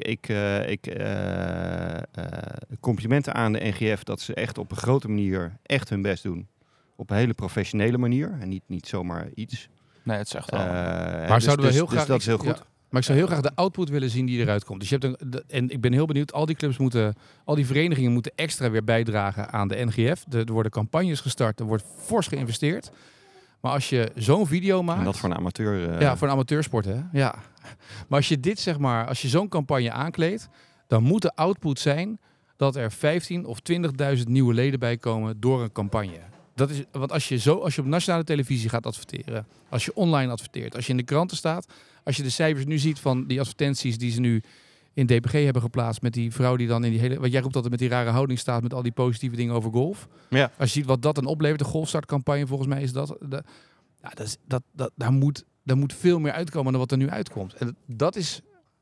complimenten aan de NGF dat ze echt op een grote manier echt hun best doen. Op een hele professionele manier en niet zomaar iets. Nee, het is echt wel. Maar zouden we heel graag... dat is heel goed. Ja, maar ik zou heel graag de output willen zien die eruit komt. Dus je hebt en ik ben heel benieuwd, al die verenigingen moeten extra weer bijdragen aan de NGF. Er worden campagnes gestart, er wordt fors geïnvesteerd. Maar als je zo'n video maakt... En dat voor een amateur... Ja, voor een amateursport, hè? Ja. Maar als je dit, zeg maar, als je zo'n campagne aankleedt, dan moet de output zijn dat er 15.000 of 20.000 nieuwe leden bij komen door een campagne. Dat is, want als je op nationale televisie gaat adverteren, als je online adverteert, als je in de kranten staat, als je de cijfers nu ziet van die advertenties die ze nu in DPG hebben geplaatst met die vrouw die dan in die hele... Wat jij roept altijd met die rare houding staat met al die positieve dingen over golf. Ja. Als je ziet wat dat dan oplevert, de golfstartcampagne volgens mij is dat... Daar moet veel meer uitkomen dan wat er nu uitkomt. En dat is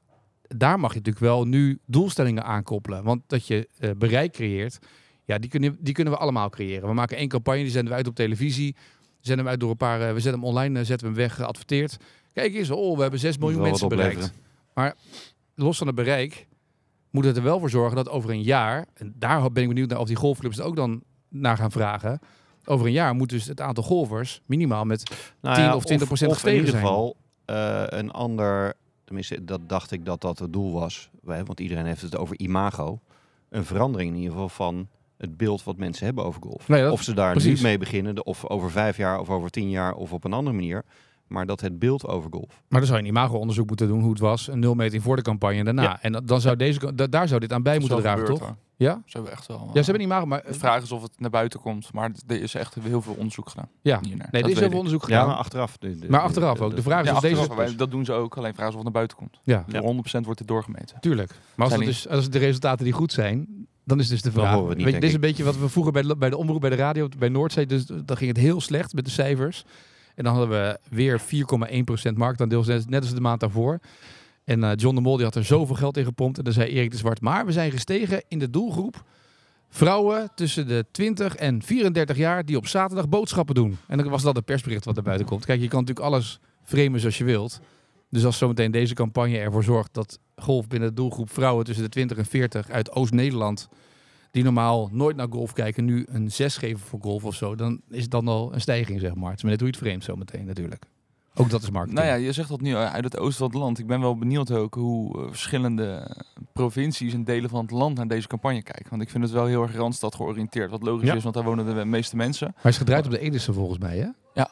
daar mag je natuurlijk wel nu doelstellingen aankoppelen. Want dat je bereik creëert, ja, die kunnen we allemaal creëren. We maken 1 campagne, die zenden we uit op televisie. Zenden hem uit door een paar, we zetten hem online, zetten we hem weg, geadverteerd. Kijk eens, we hebben 6 miljoen mensen bereikt. Maar los van het bereik moet het er wel voor zorgen dat over een jaar, en daar ben ik benieuwd naar of die golfclubs er ook dan naar gaan vragen. Over een jaar moet dus het aantal golfers minimaal met 10 of 20% gestegen zijn. In ieder geval een ander, tenminste dat dacht ik dat het doel was. Want iedereen heeft het over imago. Een verandering in ieder geval van het beeld wat mensen hebben over golf. Nee, of ze daar nu mee beginnen, of over 5 jaar, of over 10 jaar, of op een andere manier. Maar dat het beeld over golf. Maar dan zou je een imago-onderzoek moeten doen hoe het was. Een 0-meting voor de campagne en daarna. Ja. En dan zou daar zou dit aan bij moeten dragen, toch? Ja? Ze hebben echt wel. Ja, ze hebben een imago, maar de vraag is of het naar buiten komt. Maar er is echt heel veel onderzoek gedaan. Ja, nee, er is heel veel onderzoek gedaan. Ja, maar achteraf. Maar achteraf ook. De vraag is of deze... Dat doen ze ook. Alleen vraag is of het naar buiten komt. Ja. 100% wordt het doorgemeten. Tuurlijk. Maar als de resultaten die goed zijn, dan is dus de vraag. Dit is een beetje wat we vroeger bij de omroep, bij de radio, bij Noordzee. Dus dan ging het heel slecht met de cijfers. En dan hadden we weer 4,1% marktaandeel, net als de maand daarvoor. En John de Mol die had er zoveel geld in gepompt. En dan zei Erik de Zwart, maar we zijn gestegen in de doelgroep vrouwen tussen de 20 en 34 jaar die op zaterdag boodschappen doen. En dan was dat het persbericht wat er buiten komt. Kijk, je kan natuurlijk alles framen zoals je wilt. Dus als zometeen deze campagne ervoor zorgt dat golf binnen de doelgroep vrouwen tussen de 20 en 40 uit Oost-Nederland, die normaal nooit naar golf kijken, nu een 6 geven voor golf of zo, dan is het dan al een stijging, zeg maar. Het is maar net hoe je het framet zo meteen natuurlijk. Ook dat is marketing. Nou ja, je zegt dat nu uit het oosten van het land. Ik ben wel benieuwd ook hoe verschillende provincies en delen van het land naar deze campagne kijken. Want ik vind het wel heel erg Randstad georiënteerd. Wat logisch is, want daar wonen de meeste mensen. Maar hij is gedraaid op de Edison volgens mij, hè? Ja.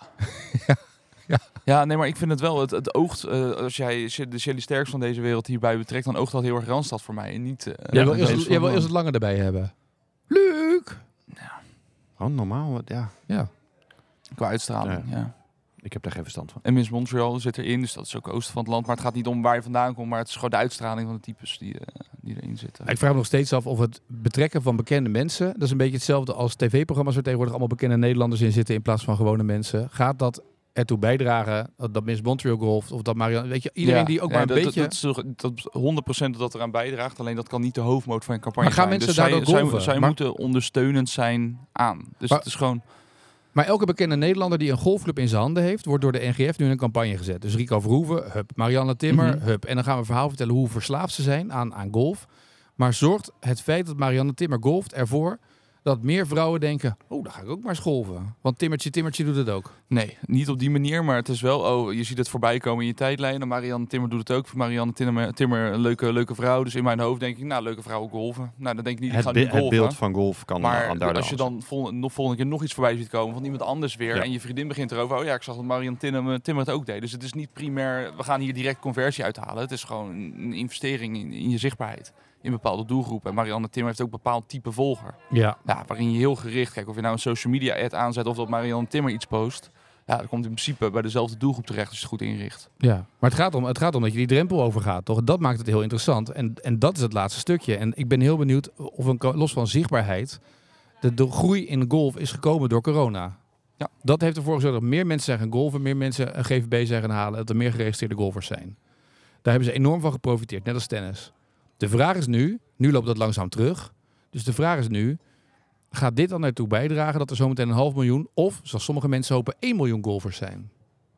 Ja, nee, maar ik vind het wel, het oogt, als jij de Shelly Sterks van deze wereld hierbij betrekt, dan oogt dat heel erg Randstad voor mij. En niet, jij wil eerst het langer erbij hebben. Luc! Ja. Gewoon normaal, ja. Qua uitstraling, ja. Ik heb daar geen verstand van. En Miss Montreal zit erin, dus dat is ook oosten van het land. Maar het gaat niet om waar je vandaan komt, maar het is gewoon de uitstraling van de types die erin zitten. Ik vraag me nog steeds af of het betrekken van bekende mensen, dat is een beetje hetzelfde als tv-programma's waar tegenwoordig allemaal bekende Nederlanders in zitten in plaats van gewone mensen. Gaat dat ertoe bijdragen dat Miss Montreal golft of dat Marianne, weet je, iedereen die ook maar een beetje... Dat is 100% dat eraan bijdraagt, alleen dat kan niet de hoofdmoot van een campagne zijn. Maar gaan mensen daardoor golven? Zij moeten ondersteunend zijn aan. Dus het is gewoon... Maar elke bekende Nederlander die een golfclub in zijn handen heeft, wordt door de NGF nu in een campagne gezet. Dus Rico Verhoeven, hup. Marianne Timmer, hup. En dan gaan we een verhaal vertellen hoe verslaafd ze zijn aan golf. Maar zorgt het feit dat Marianne Timmer golft ervoor dat meer vrouwen denken, dan ga ik ook maar eens golven. Want Timmertje doet het ook. Nee, niet op die manier, maar het is wel, je ziet het voorbij komen in je tijdlijn. En Marianne Timmer doet het ook. Marianne Timmer, een leuke vrouw. Dus in mijn hoofd denk ik, leuke vrouwen golven. Nou, dan denk ik niet, ik ga nu golven. Het beeld van golf kan maar daardoor. Als je dan volgende keer nog iets voorbij ziet komen van iemand anders weer. Ja. En je vriendin begint erover, ik zag dat Marianne Timmer het ook deed. Dus het is niet primair, we gaan hier direct conversie uithalen. Het is gewoon een investering in je zichtbaarheid. In bepaalde doelgroepen. En Marianne Timmer heeft ook een bepaald type volger. Ja, waarin je heel gericht, kijk of je nou een social media ad aanzet of dat Marianne Timmer iets post. Ja, dat komt in principe bij dezelfde doelgroep terecht als je het goed inricht. Ja, maar het gaat om dat je die drempel overgaat, toch? Dat maakt het heel interessant. En dat is het laatste stukje. En ik ben heel benieuwd of los van zichtbaarheid, de groei in golf is gekomen door corona. Ja. Dat heeft ervoor gezorgd dat meer mensen zijn gaan golven, meer mensen een GVB zijn gaan halen, dat er meer geregistreerde golfers zijn. Daar hebben ze enorm van geprofiteerd, net als tennis. De vraag is nu loopt dat langzaam terug. Dus de vraag is nu, gaat dit dan ertoe bijdragen dat er zometeen 500.000 of, zoals sommige mensen hopen, 1 miljoen golfers zijn?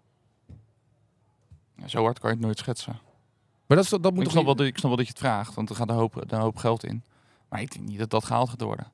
Ja, zo hard kan je het nooit schetsen. Maar dat moet ik snap wel dat je het vraagt, want er gaat een hoop geld in. Maar ik denk niet dat dat gehaald gaat worden.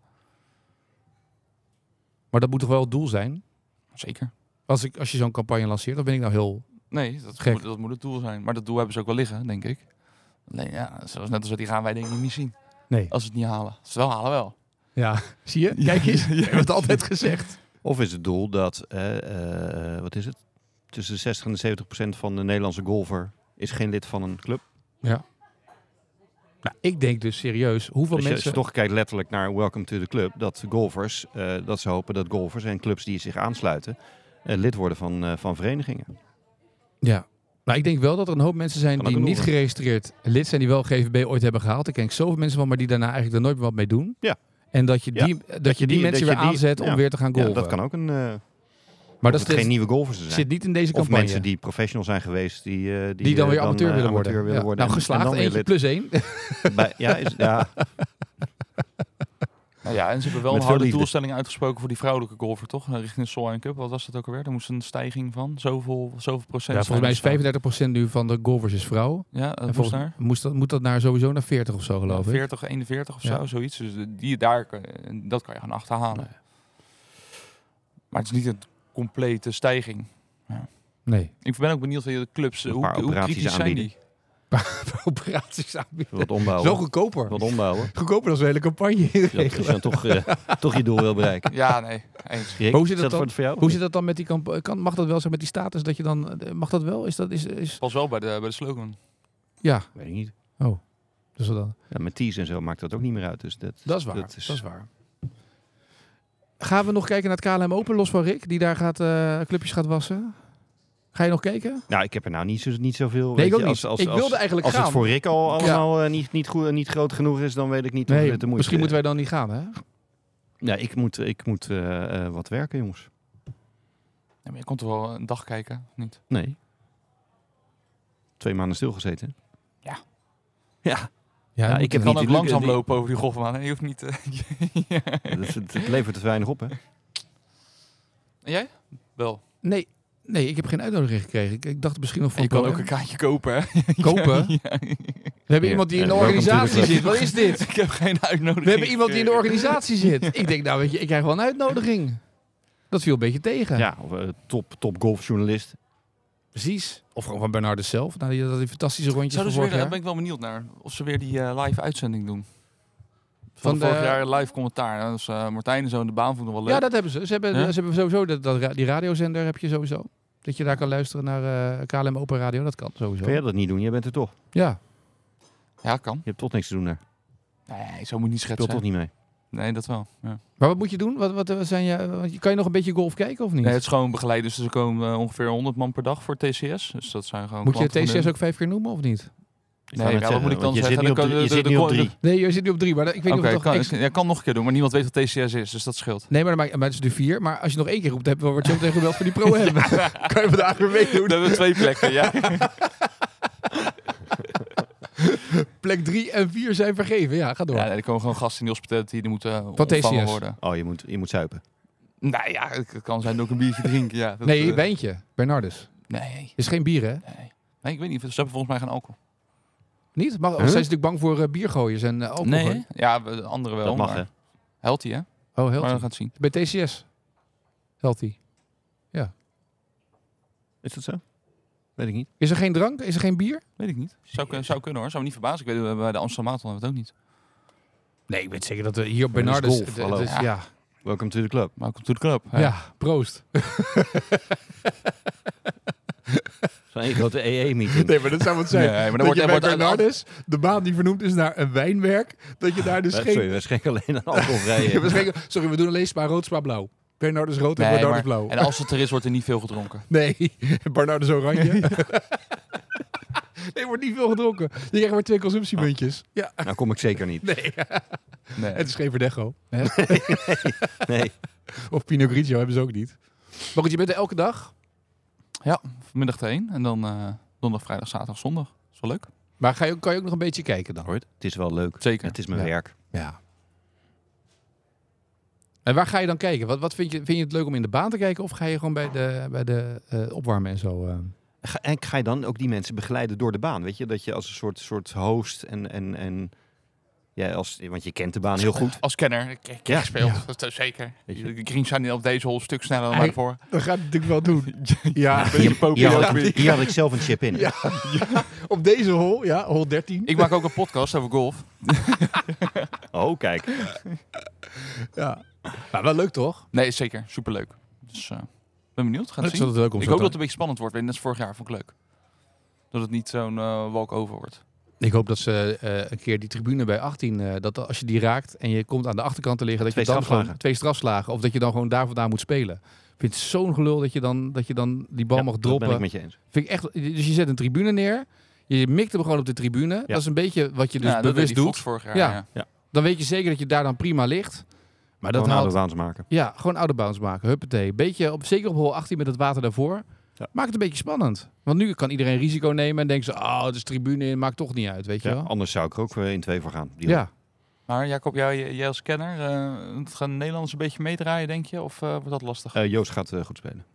Maar dat moet toch wel het doel zijn? Zeker. Als je zo'n campagne lanceert, dan ben ik nou heel Nee, dat moet het doel zijn. Maar dat doel hebben ze ook wel liggen, denk ik. Nee, ja, zoals net als die gaan wij denk ik niet zien. Nee. Als ze het niet halen. Als ze het wel halen wel. Ja, zie je? Kijk eens, je hebt het altijd gezegd. Of is het doel dat, wat is het? Tussen de 60 en de 70% van de Nederlandse golfer is geen lid van een club. Ja. Nou, ik denk dus serieus, hoeveel mensen... Als je toch kijkt letterlijk naar Welcome to the Club, dat golfers, dat ze hopen dat golfers en clubs die zich aansluiten, lid worden van verenigingen. Ja. Maar ik denk wel dat er een hoop mensen zijn die niet geregistreerd lid zijn, die wel GVB ooit hebben gehaald. Ik ken zoveel mensen van, maar die daarna eigenlijk er nooit meer wat mee doen. Ja. En dat je die mensen weer aanzet om weer te gaan golven. Ja, dat kan ook een... Maar dat dat het geen nieuwe golfers te zijn. zit niet in deze Of campagne. mensen die professional zijn geweest, die dan weer amateur willen worden. willen Ja. worden. Nou, geslaagd, en dan weer eentje lid. +1. Ja. Nou ja, en ze hebben wel Met een veel harde liefde. doelstelling uitgesproken voor die vrouwelijke golfer, toch? Richting de Solheim Cup. Wat was dat ook alweer? Er moest een stijging van zoveel procent Ja, volgens mij zijn. is 35% nu van de golfers is vrouw. Ja, dat En moest volgens daar. moet dat naar sowieso naar 40 of zo, geloof ik. 40, 41 of Ja. zo, zoiets. Dus dat kan je gewoon achterhalen. Maar het is niet een complete stijging. Nee. Ik ben ook benieuwd van de clubs. Een Hoe paar operaties kritisch zijn aanbieden. die? Operaties aanbieden. Wat ombouwen. Zo goedkoper. Wat ombouwen. Goedkoper dan zo'n hele campagne Dat je inregelen. dan toch je doel wil bereiken. Ja, nee. Eens. Rick, Hoe zit is dat dan? voor jou? Hoe zit dat dan met die campagne? Mag dat wel zijn met die status dat je dan... Mag dat wel? Is Pas wel bij de slogan. ja, Weet ik niet. dus dan. Ja, met teas en zo maakt dat ook niet meer uit. Dus Dat is waar. Dat is- Dat is waar. Gaan we nog kijken naar het KLM Open, los van Rick, die daar clubjes gaat wassen? Ga je nog kijken? Nou, ik heb er nou niet zoveel. Nee, weet ik ook je, niet. Ik wilde eigenlijk als gaan. het voor Rick al allemaal niet groot genoeg is, dan weet ik niet of Nee, het de moeite misschien moeten wij dan niet gaan, hè? Ja, ik moet wat werken, jongens. Ja, maar je komt er wel een dag kijken, of niet? Nee. 2 maanden stilgezeten. Ja. Ja. Ja, ik Je heb kan niet ook de- langzaam die- lopen over die golfbaan. Hè? Je hoeft niet... Het levert te weinig op, hè? En jij? Wel. Nee, ik heb geen uitnodiging gekregen. Ik dacht misschien nog En van... je kan ook een kaartje kopen, hè? Kopen? Ja. We hebben Ja. iemand die in de Welcome to the organisatie club. zit. Wat is dit? Ik heb geen uitnodiging. We hebben iemand die in de gekregen. organisatie zit. Ik denk, nou weet je, ik krijg wel een uitnodiging. Dat viel een beetje tegen. Ja, of, top golfjournalist. Precies. Of gewoon van Bernardus zelf. Nou, die fantastische rondjes Zouden van ze weer, vorig daar jaar. ben ik wel benieuwd naar. Of ze weer die live uitzending doen. Van Van de- vorig jaar live commentaar. Dus Martijn en zo in de baan vond ik nog wel leuk. Ja, dat hebben ze. Ze hebben, Ja? ze hebben sowieso die radiozender heb je sowieso. Dat je daar kan luisteren naar KLM Open Radio. Dat kan sowieso. Kun jij dat niet doen? Jij bent er toch. Ja. Ja, kan. Je hebt toch niks te doen daar. Nee, zo moet je niet Je schetsen. speelt toch niet mee. Nee, dat wel. Ja. Maar wat moet je doen? Wat zijn je, kan je nog een beetje golf kijken of niet? Nee, het is gewoon begeleid. Dus er komen ongeveer 100 man per dag voor TCS. Dus dat zijn gewoon Moet je klanten van TCS hun. ook 5 keer noemen of niet? Ik wou Nee, net ja, wat moet ik dan want je zeggen? zit niet op Dan drie- je kan- zit niet op de- 3. Nee, je zit nu op 3, maar ik weet niet Oké, of het nog... kan nog een keer doen, maar niemand weet wat TCS is, dus dat scheelt. Nee, maar het is nu 4. Maar als je nog 1 keer roept, dan word je ook tegen gebeld voor die pro hebben. Kan je vandaag weer meedoen. We hebben 2 plekken, ja. Plek 3 en 4 zijn vergeven. Ja, ga door. Ja, nee, er komen gewoon gasten in de hospitality die moeten Van ontvangen TCS. worden. Oh, je moet zuipen. Nou ja, het kan zijn ook een biertje drinken, ja. Dat, Nee, wijntje. Bernardus. Nee, Is geen bier, hè? nee, ik weet niet. Ze hebben volgens mij geen alcohol. Niet? Of Huh? zijn ze natuurlijk bang voor biergooiers en alcohol? Nee, hè? Ja, de andere wel. Dat mag, maar hè? Healthy, hè? Oh, Maar we healthy. gaan het zien. Bij TCS. Healthy. Is dat zo? Weet ik niet. Is er geen drank? Is er geen bier? Weet ik niet. Zou kunnen hoor. Zou me niet verbazen. Ik weet bij de Amsterdam Marathon hebben we het ook niet. Nee, ik weet zeker dat we hier op Maar dat is Bernardus... golf, hallo. ja. Ja. Welcome to the club. Welcome to the club. Ja, proost. Zo'n één grote EE-meeting. Nee, maar dat zou wat zijn. Nee, maar dan dat wordt- je dan bij wordt- Bernardus, de baan die vernoemd is naar een wijnwerk, dat je daar dus geen... Sorry, we schenken alleen een alcoholvrije. Ja, we schenken- sorry, we doen alleen Spa rood, Spa blauw. Bernardus rood en Nee, Bernardus maar- blauw. En als het er is, wordt er niet veel gedronken. Nee, Bernardus oranje. Nee, wordt niet veel gedronken. Je krijgt maar 2 consumptiemuntjes. Ja. Nou kom ik zeker niet. Nee, Nee. het is geen Verdecho. Hè? Nee. Of Pinot Grigio hebben ze ook niet. Maar goed, je bent er elke dag. Ja, vanmiddag te 1. En dan donderdag, vrijdag, zaterdag, zondag. Dat is wel leuk. Maar kan je ook nog een beetje kijken dan? Hoor, het is wel leuk. Zeker. Het is mijn Ja. werk. Ja. En waar ga je dan kijken? Wat vind je het leuk om in de baan te kijken? Of ga je gewoon bij de opwarmen en zo? En ga je dan ook die mensen begeleiden door de baan? Weet je, dat je als een soort host en ja, want je kent de baan heel goed. Als kenner. Ik Ja. gespeeld. Ja. Dat is zeker. Weet je. De greens zijn op deze hol een stuk sneller dan Hij- daarvoor. Dat gaat het natuurlijk wel doen. Ja, Hier had ik zelf een chip in. Ja. Op deze hol, ja, hol 13. Ik maak ook een podcast over golf. Oh, kijk. Ja. Maar wel leuk toch? Nee, zeker. Superleuk. Dus ben benieuwd. Gaan het Ik zien. het leuk om Ik zo hoop te- dat het een beetje spannend wordt. Net als vorig jaar vond ik leuk. Dat het niet zo'n walk-over wordt. Ik hoop dat ze een keer die tribune bij 18, dat als je die raakt en je komt aan de achterkant te liggen, dat je 2 dan gewoon strafslagen. 2 strafslagen, of dat je dan gewoon daar vandaan moet spelen. Ik vind het zo'n gelul dat je dan die bal Ja, mag dat droppen. ben ik met je eens. Vind ik echt, dus je zet een tribune neer, je mikt hem gewoon op de tribune. Ja. Dat is een beetje wat je dus Ja, dat deed bewust die doet. Fox vorig jaar. Ja. Ja. Dan weet je zeker dat je daar dan prima ligt. Maar dat Gewoon haalt... oude baans maken. Ja, gewoon oude bounce maken. Huppatee. Beetje zeker op hol 18 met het water daarvoor. Ja. Maakt het een beetje spannend. Want nu kan iedereen risico nemen en denken ze... Oh, het is tribune in, maakt toch niet uit, weet je Ja, wel? anders zou ik er ook in 2 voor gaan. Ja. Maar Jacob, jij als kenner, gaan de Nederlanders een beetje meedraaien, denk je? Of wordt dat lastig? Joost gaat goed spelen.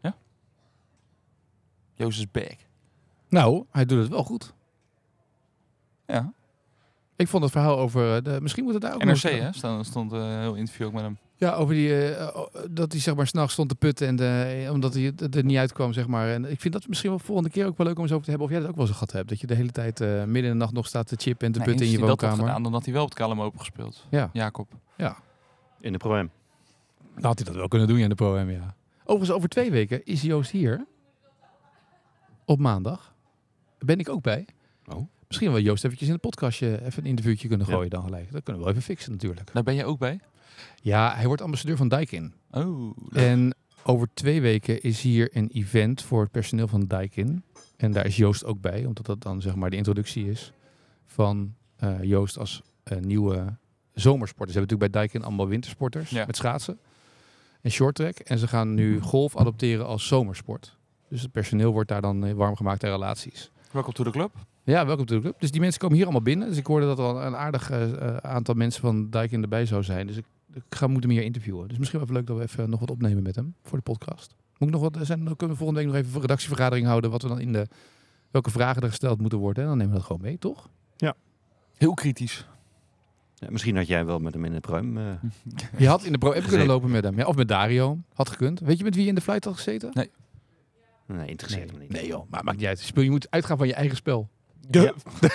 Joost is back. Nou, hij doet het wel goed. Ja. Ik vond het verhaal over... misschien moet het daar ook nog NRC, eens- hè? Stond een heel interview ook met hem. Ja, over dat hij zeg maar 's nachts stond te putten en omdat hij er niet uitkwam, zeg maar. En ik vind dat misschien wel volgende keer ook wel leuk om eens over te hebben. Of jij dat ook wel eens gehad hebt. Dat je de hele tijd midden in de nacht nog staat te chippen en te putten in je dat had woonkamer. gedaan, dan had hij wel op het KLM Open gespeeld. Ja. Jacob. In de Pro-M. Dan had hij dat wel kunnen doen in de Pro-M, ja. Overigens, over 2 weken is Joost hier. Op maandag. Daar ben ik ook bij. Oh. Misschien wel Joost eventjes in het podcastje even een interviewtje kunnen Ja. gooien dan gelijk. Dat kunnen we wel even fixen natuurlijk. Daar ben je ook bij? Ja, hij wordt ambassadeur van Daikin. Oh. En over 2 weken is hier een event voor het personeel van Daikin. En daar is Joost ook bij, omdat dat dan zeg maar de introductie is van Joost als nieuwe zomersporter. Ze hebben natuurlijk bij Daikin allemaal wintersporters met schaatsen en shorttrack. En ze gaan nu golf adopteren als zomersport. Dus het personeel wordt daar dan warm gemaakt en relaties. Welkom to the club. Ja, welkom to the club. Dus die mensen komen hier allemaal binnen. Dus ik hoorde dat er al een aardig aantal mensen van Daikin erbij zou zijn. Dus ik moet hem hier interviewen. Dus misschien wel even leuk dat we even nog wat opnemen met hem voor de podcast. Moet ik nog wat zijn? Dan kunnen we volgende week nog even een redactievergadering houden. Wat we dan welke vragen er gesteld moeten worden. En dan nemen we dat gewoon mee, toch? Heel kritisch. Ja, misschien had jij wel met hem in de Pro-M. Je had in de Pro-App kunnen Gezeten. lopen met hem. Ja, of met Dario. Had gekund. Weet je met wie je in de flight had gezeten? Nee, interesseert me niet. Nee joh, maar maakt niet uit. Je moet uitgaan van je eigen spel. Ja.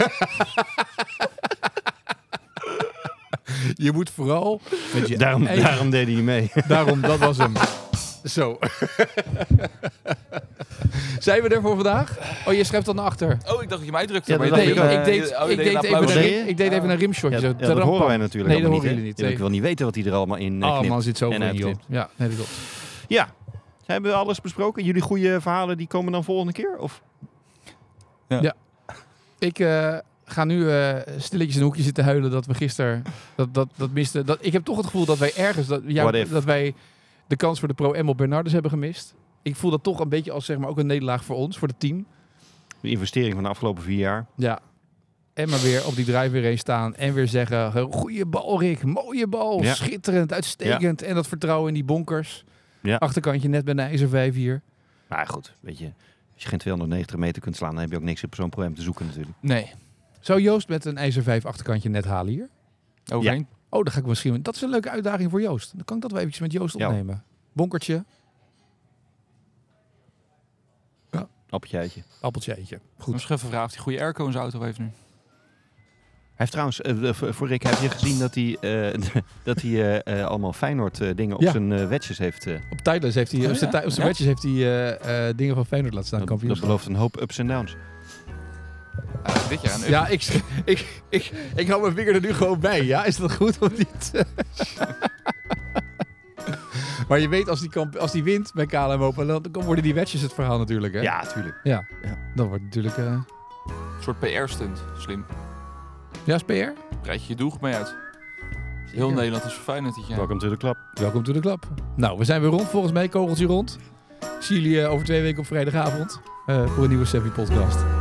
Je moet vooral met je Daarom deed hij niet mee. Daarom, dat was hem. Zo. Zijn we er voor vandaag? Oh, je schrijft dan naar achter. Oh, ik dacht dat je mij drukte. Ja, maar dat je dacht dacht, ik Nee, ook. ik deed even een rimshotje. Ja, Zo, dat horen wij natuurlijk Nee, dat allemaal horen niet. jullie niet. Hè? Ik wil niet weten wat hij er allemaal in Oh knipt. man, zit zo en in joh. uitknipt. Ja, nee, dat klopt. Ja. Hebben we alles besproken? Jullie goede verhalen die komen dan volgende keer? Of? Ik ga nu stilletjes in een hoekje zitten huilen dat we gisteren dat misten. Ik heb toch het gevoel dat wij ergens dat wij de kans voor de Pro-M op Bernardus hebben gemist. Ik voel dat toch een beetje als zeg maar ook een nederlaag voor ons, voor het team. De investering van de afgelopen 4 jaar. Ja. En maar weer op die drive weer heen staan en weer zeggen, goeie bal Rick, mooie bal, Ja. schitterend, uitstekend. En dat vertrouwen in die bonkers. Ja. Achterkantje net bij een ijzer 5 hier. Maar goed, weet je. Als je geen 290 meter kunt slaan, dan heb je ook niks op zo'n Pro-M te zoeken natuurlijk. Nee. Zou Joost met een ijzer 5 achterkantje net halen hier? Overheen. Oh, dan ga ik misschien... Dat is een leuke uitdaging voor Joost. Dan kan ik dat wel eventjes met Joost Ja. opnemen. Bonkertje, Appeltje eitje. appeltje eitje. Goed. Misschien even vragen of hij goede airco in zijn auto heeft nu. Hij heeft trouwens, voor Rick, heb je gezien dat hij allemaal Feyenoord dingen op Ja. zijn wedges heeft. Op Titleist heeft hij, Oh, op zijn ja? op zijn wedges heeft hij dingen van Feyenoord laten staan. Dat Kampioenschap. belooft een hoop ups en downs. Dit jaar een Ja, ik hou mijn vinger er nu gewoon bij. Ja, is dat goed of niet? Maar je weet, als die wint bij KLM Open, dan worden die wedges het verhaal natuurlijk. Hè? Ja, tuurlijk. Ja. Ja. Dan wordt het natuurlijk... Een soort PR-stunt. Slim. Ja, is PR? Rijd je je doelgroep mee uit. Heel Nederland is verfijnd dit jaar. Welkom to the club. Welkom to the club. Nou, we zijn weer rond volgens mij. Kogeltje rond. Ik zie jullie over 2 weken op vrijdagavond voor een nieuwe Sevi podcast.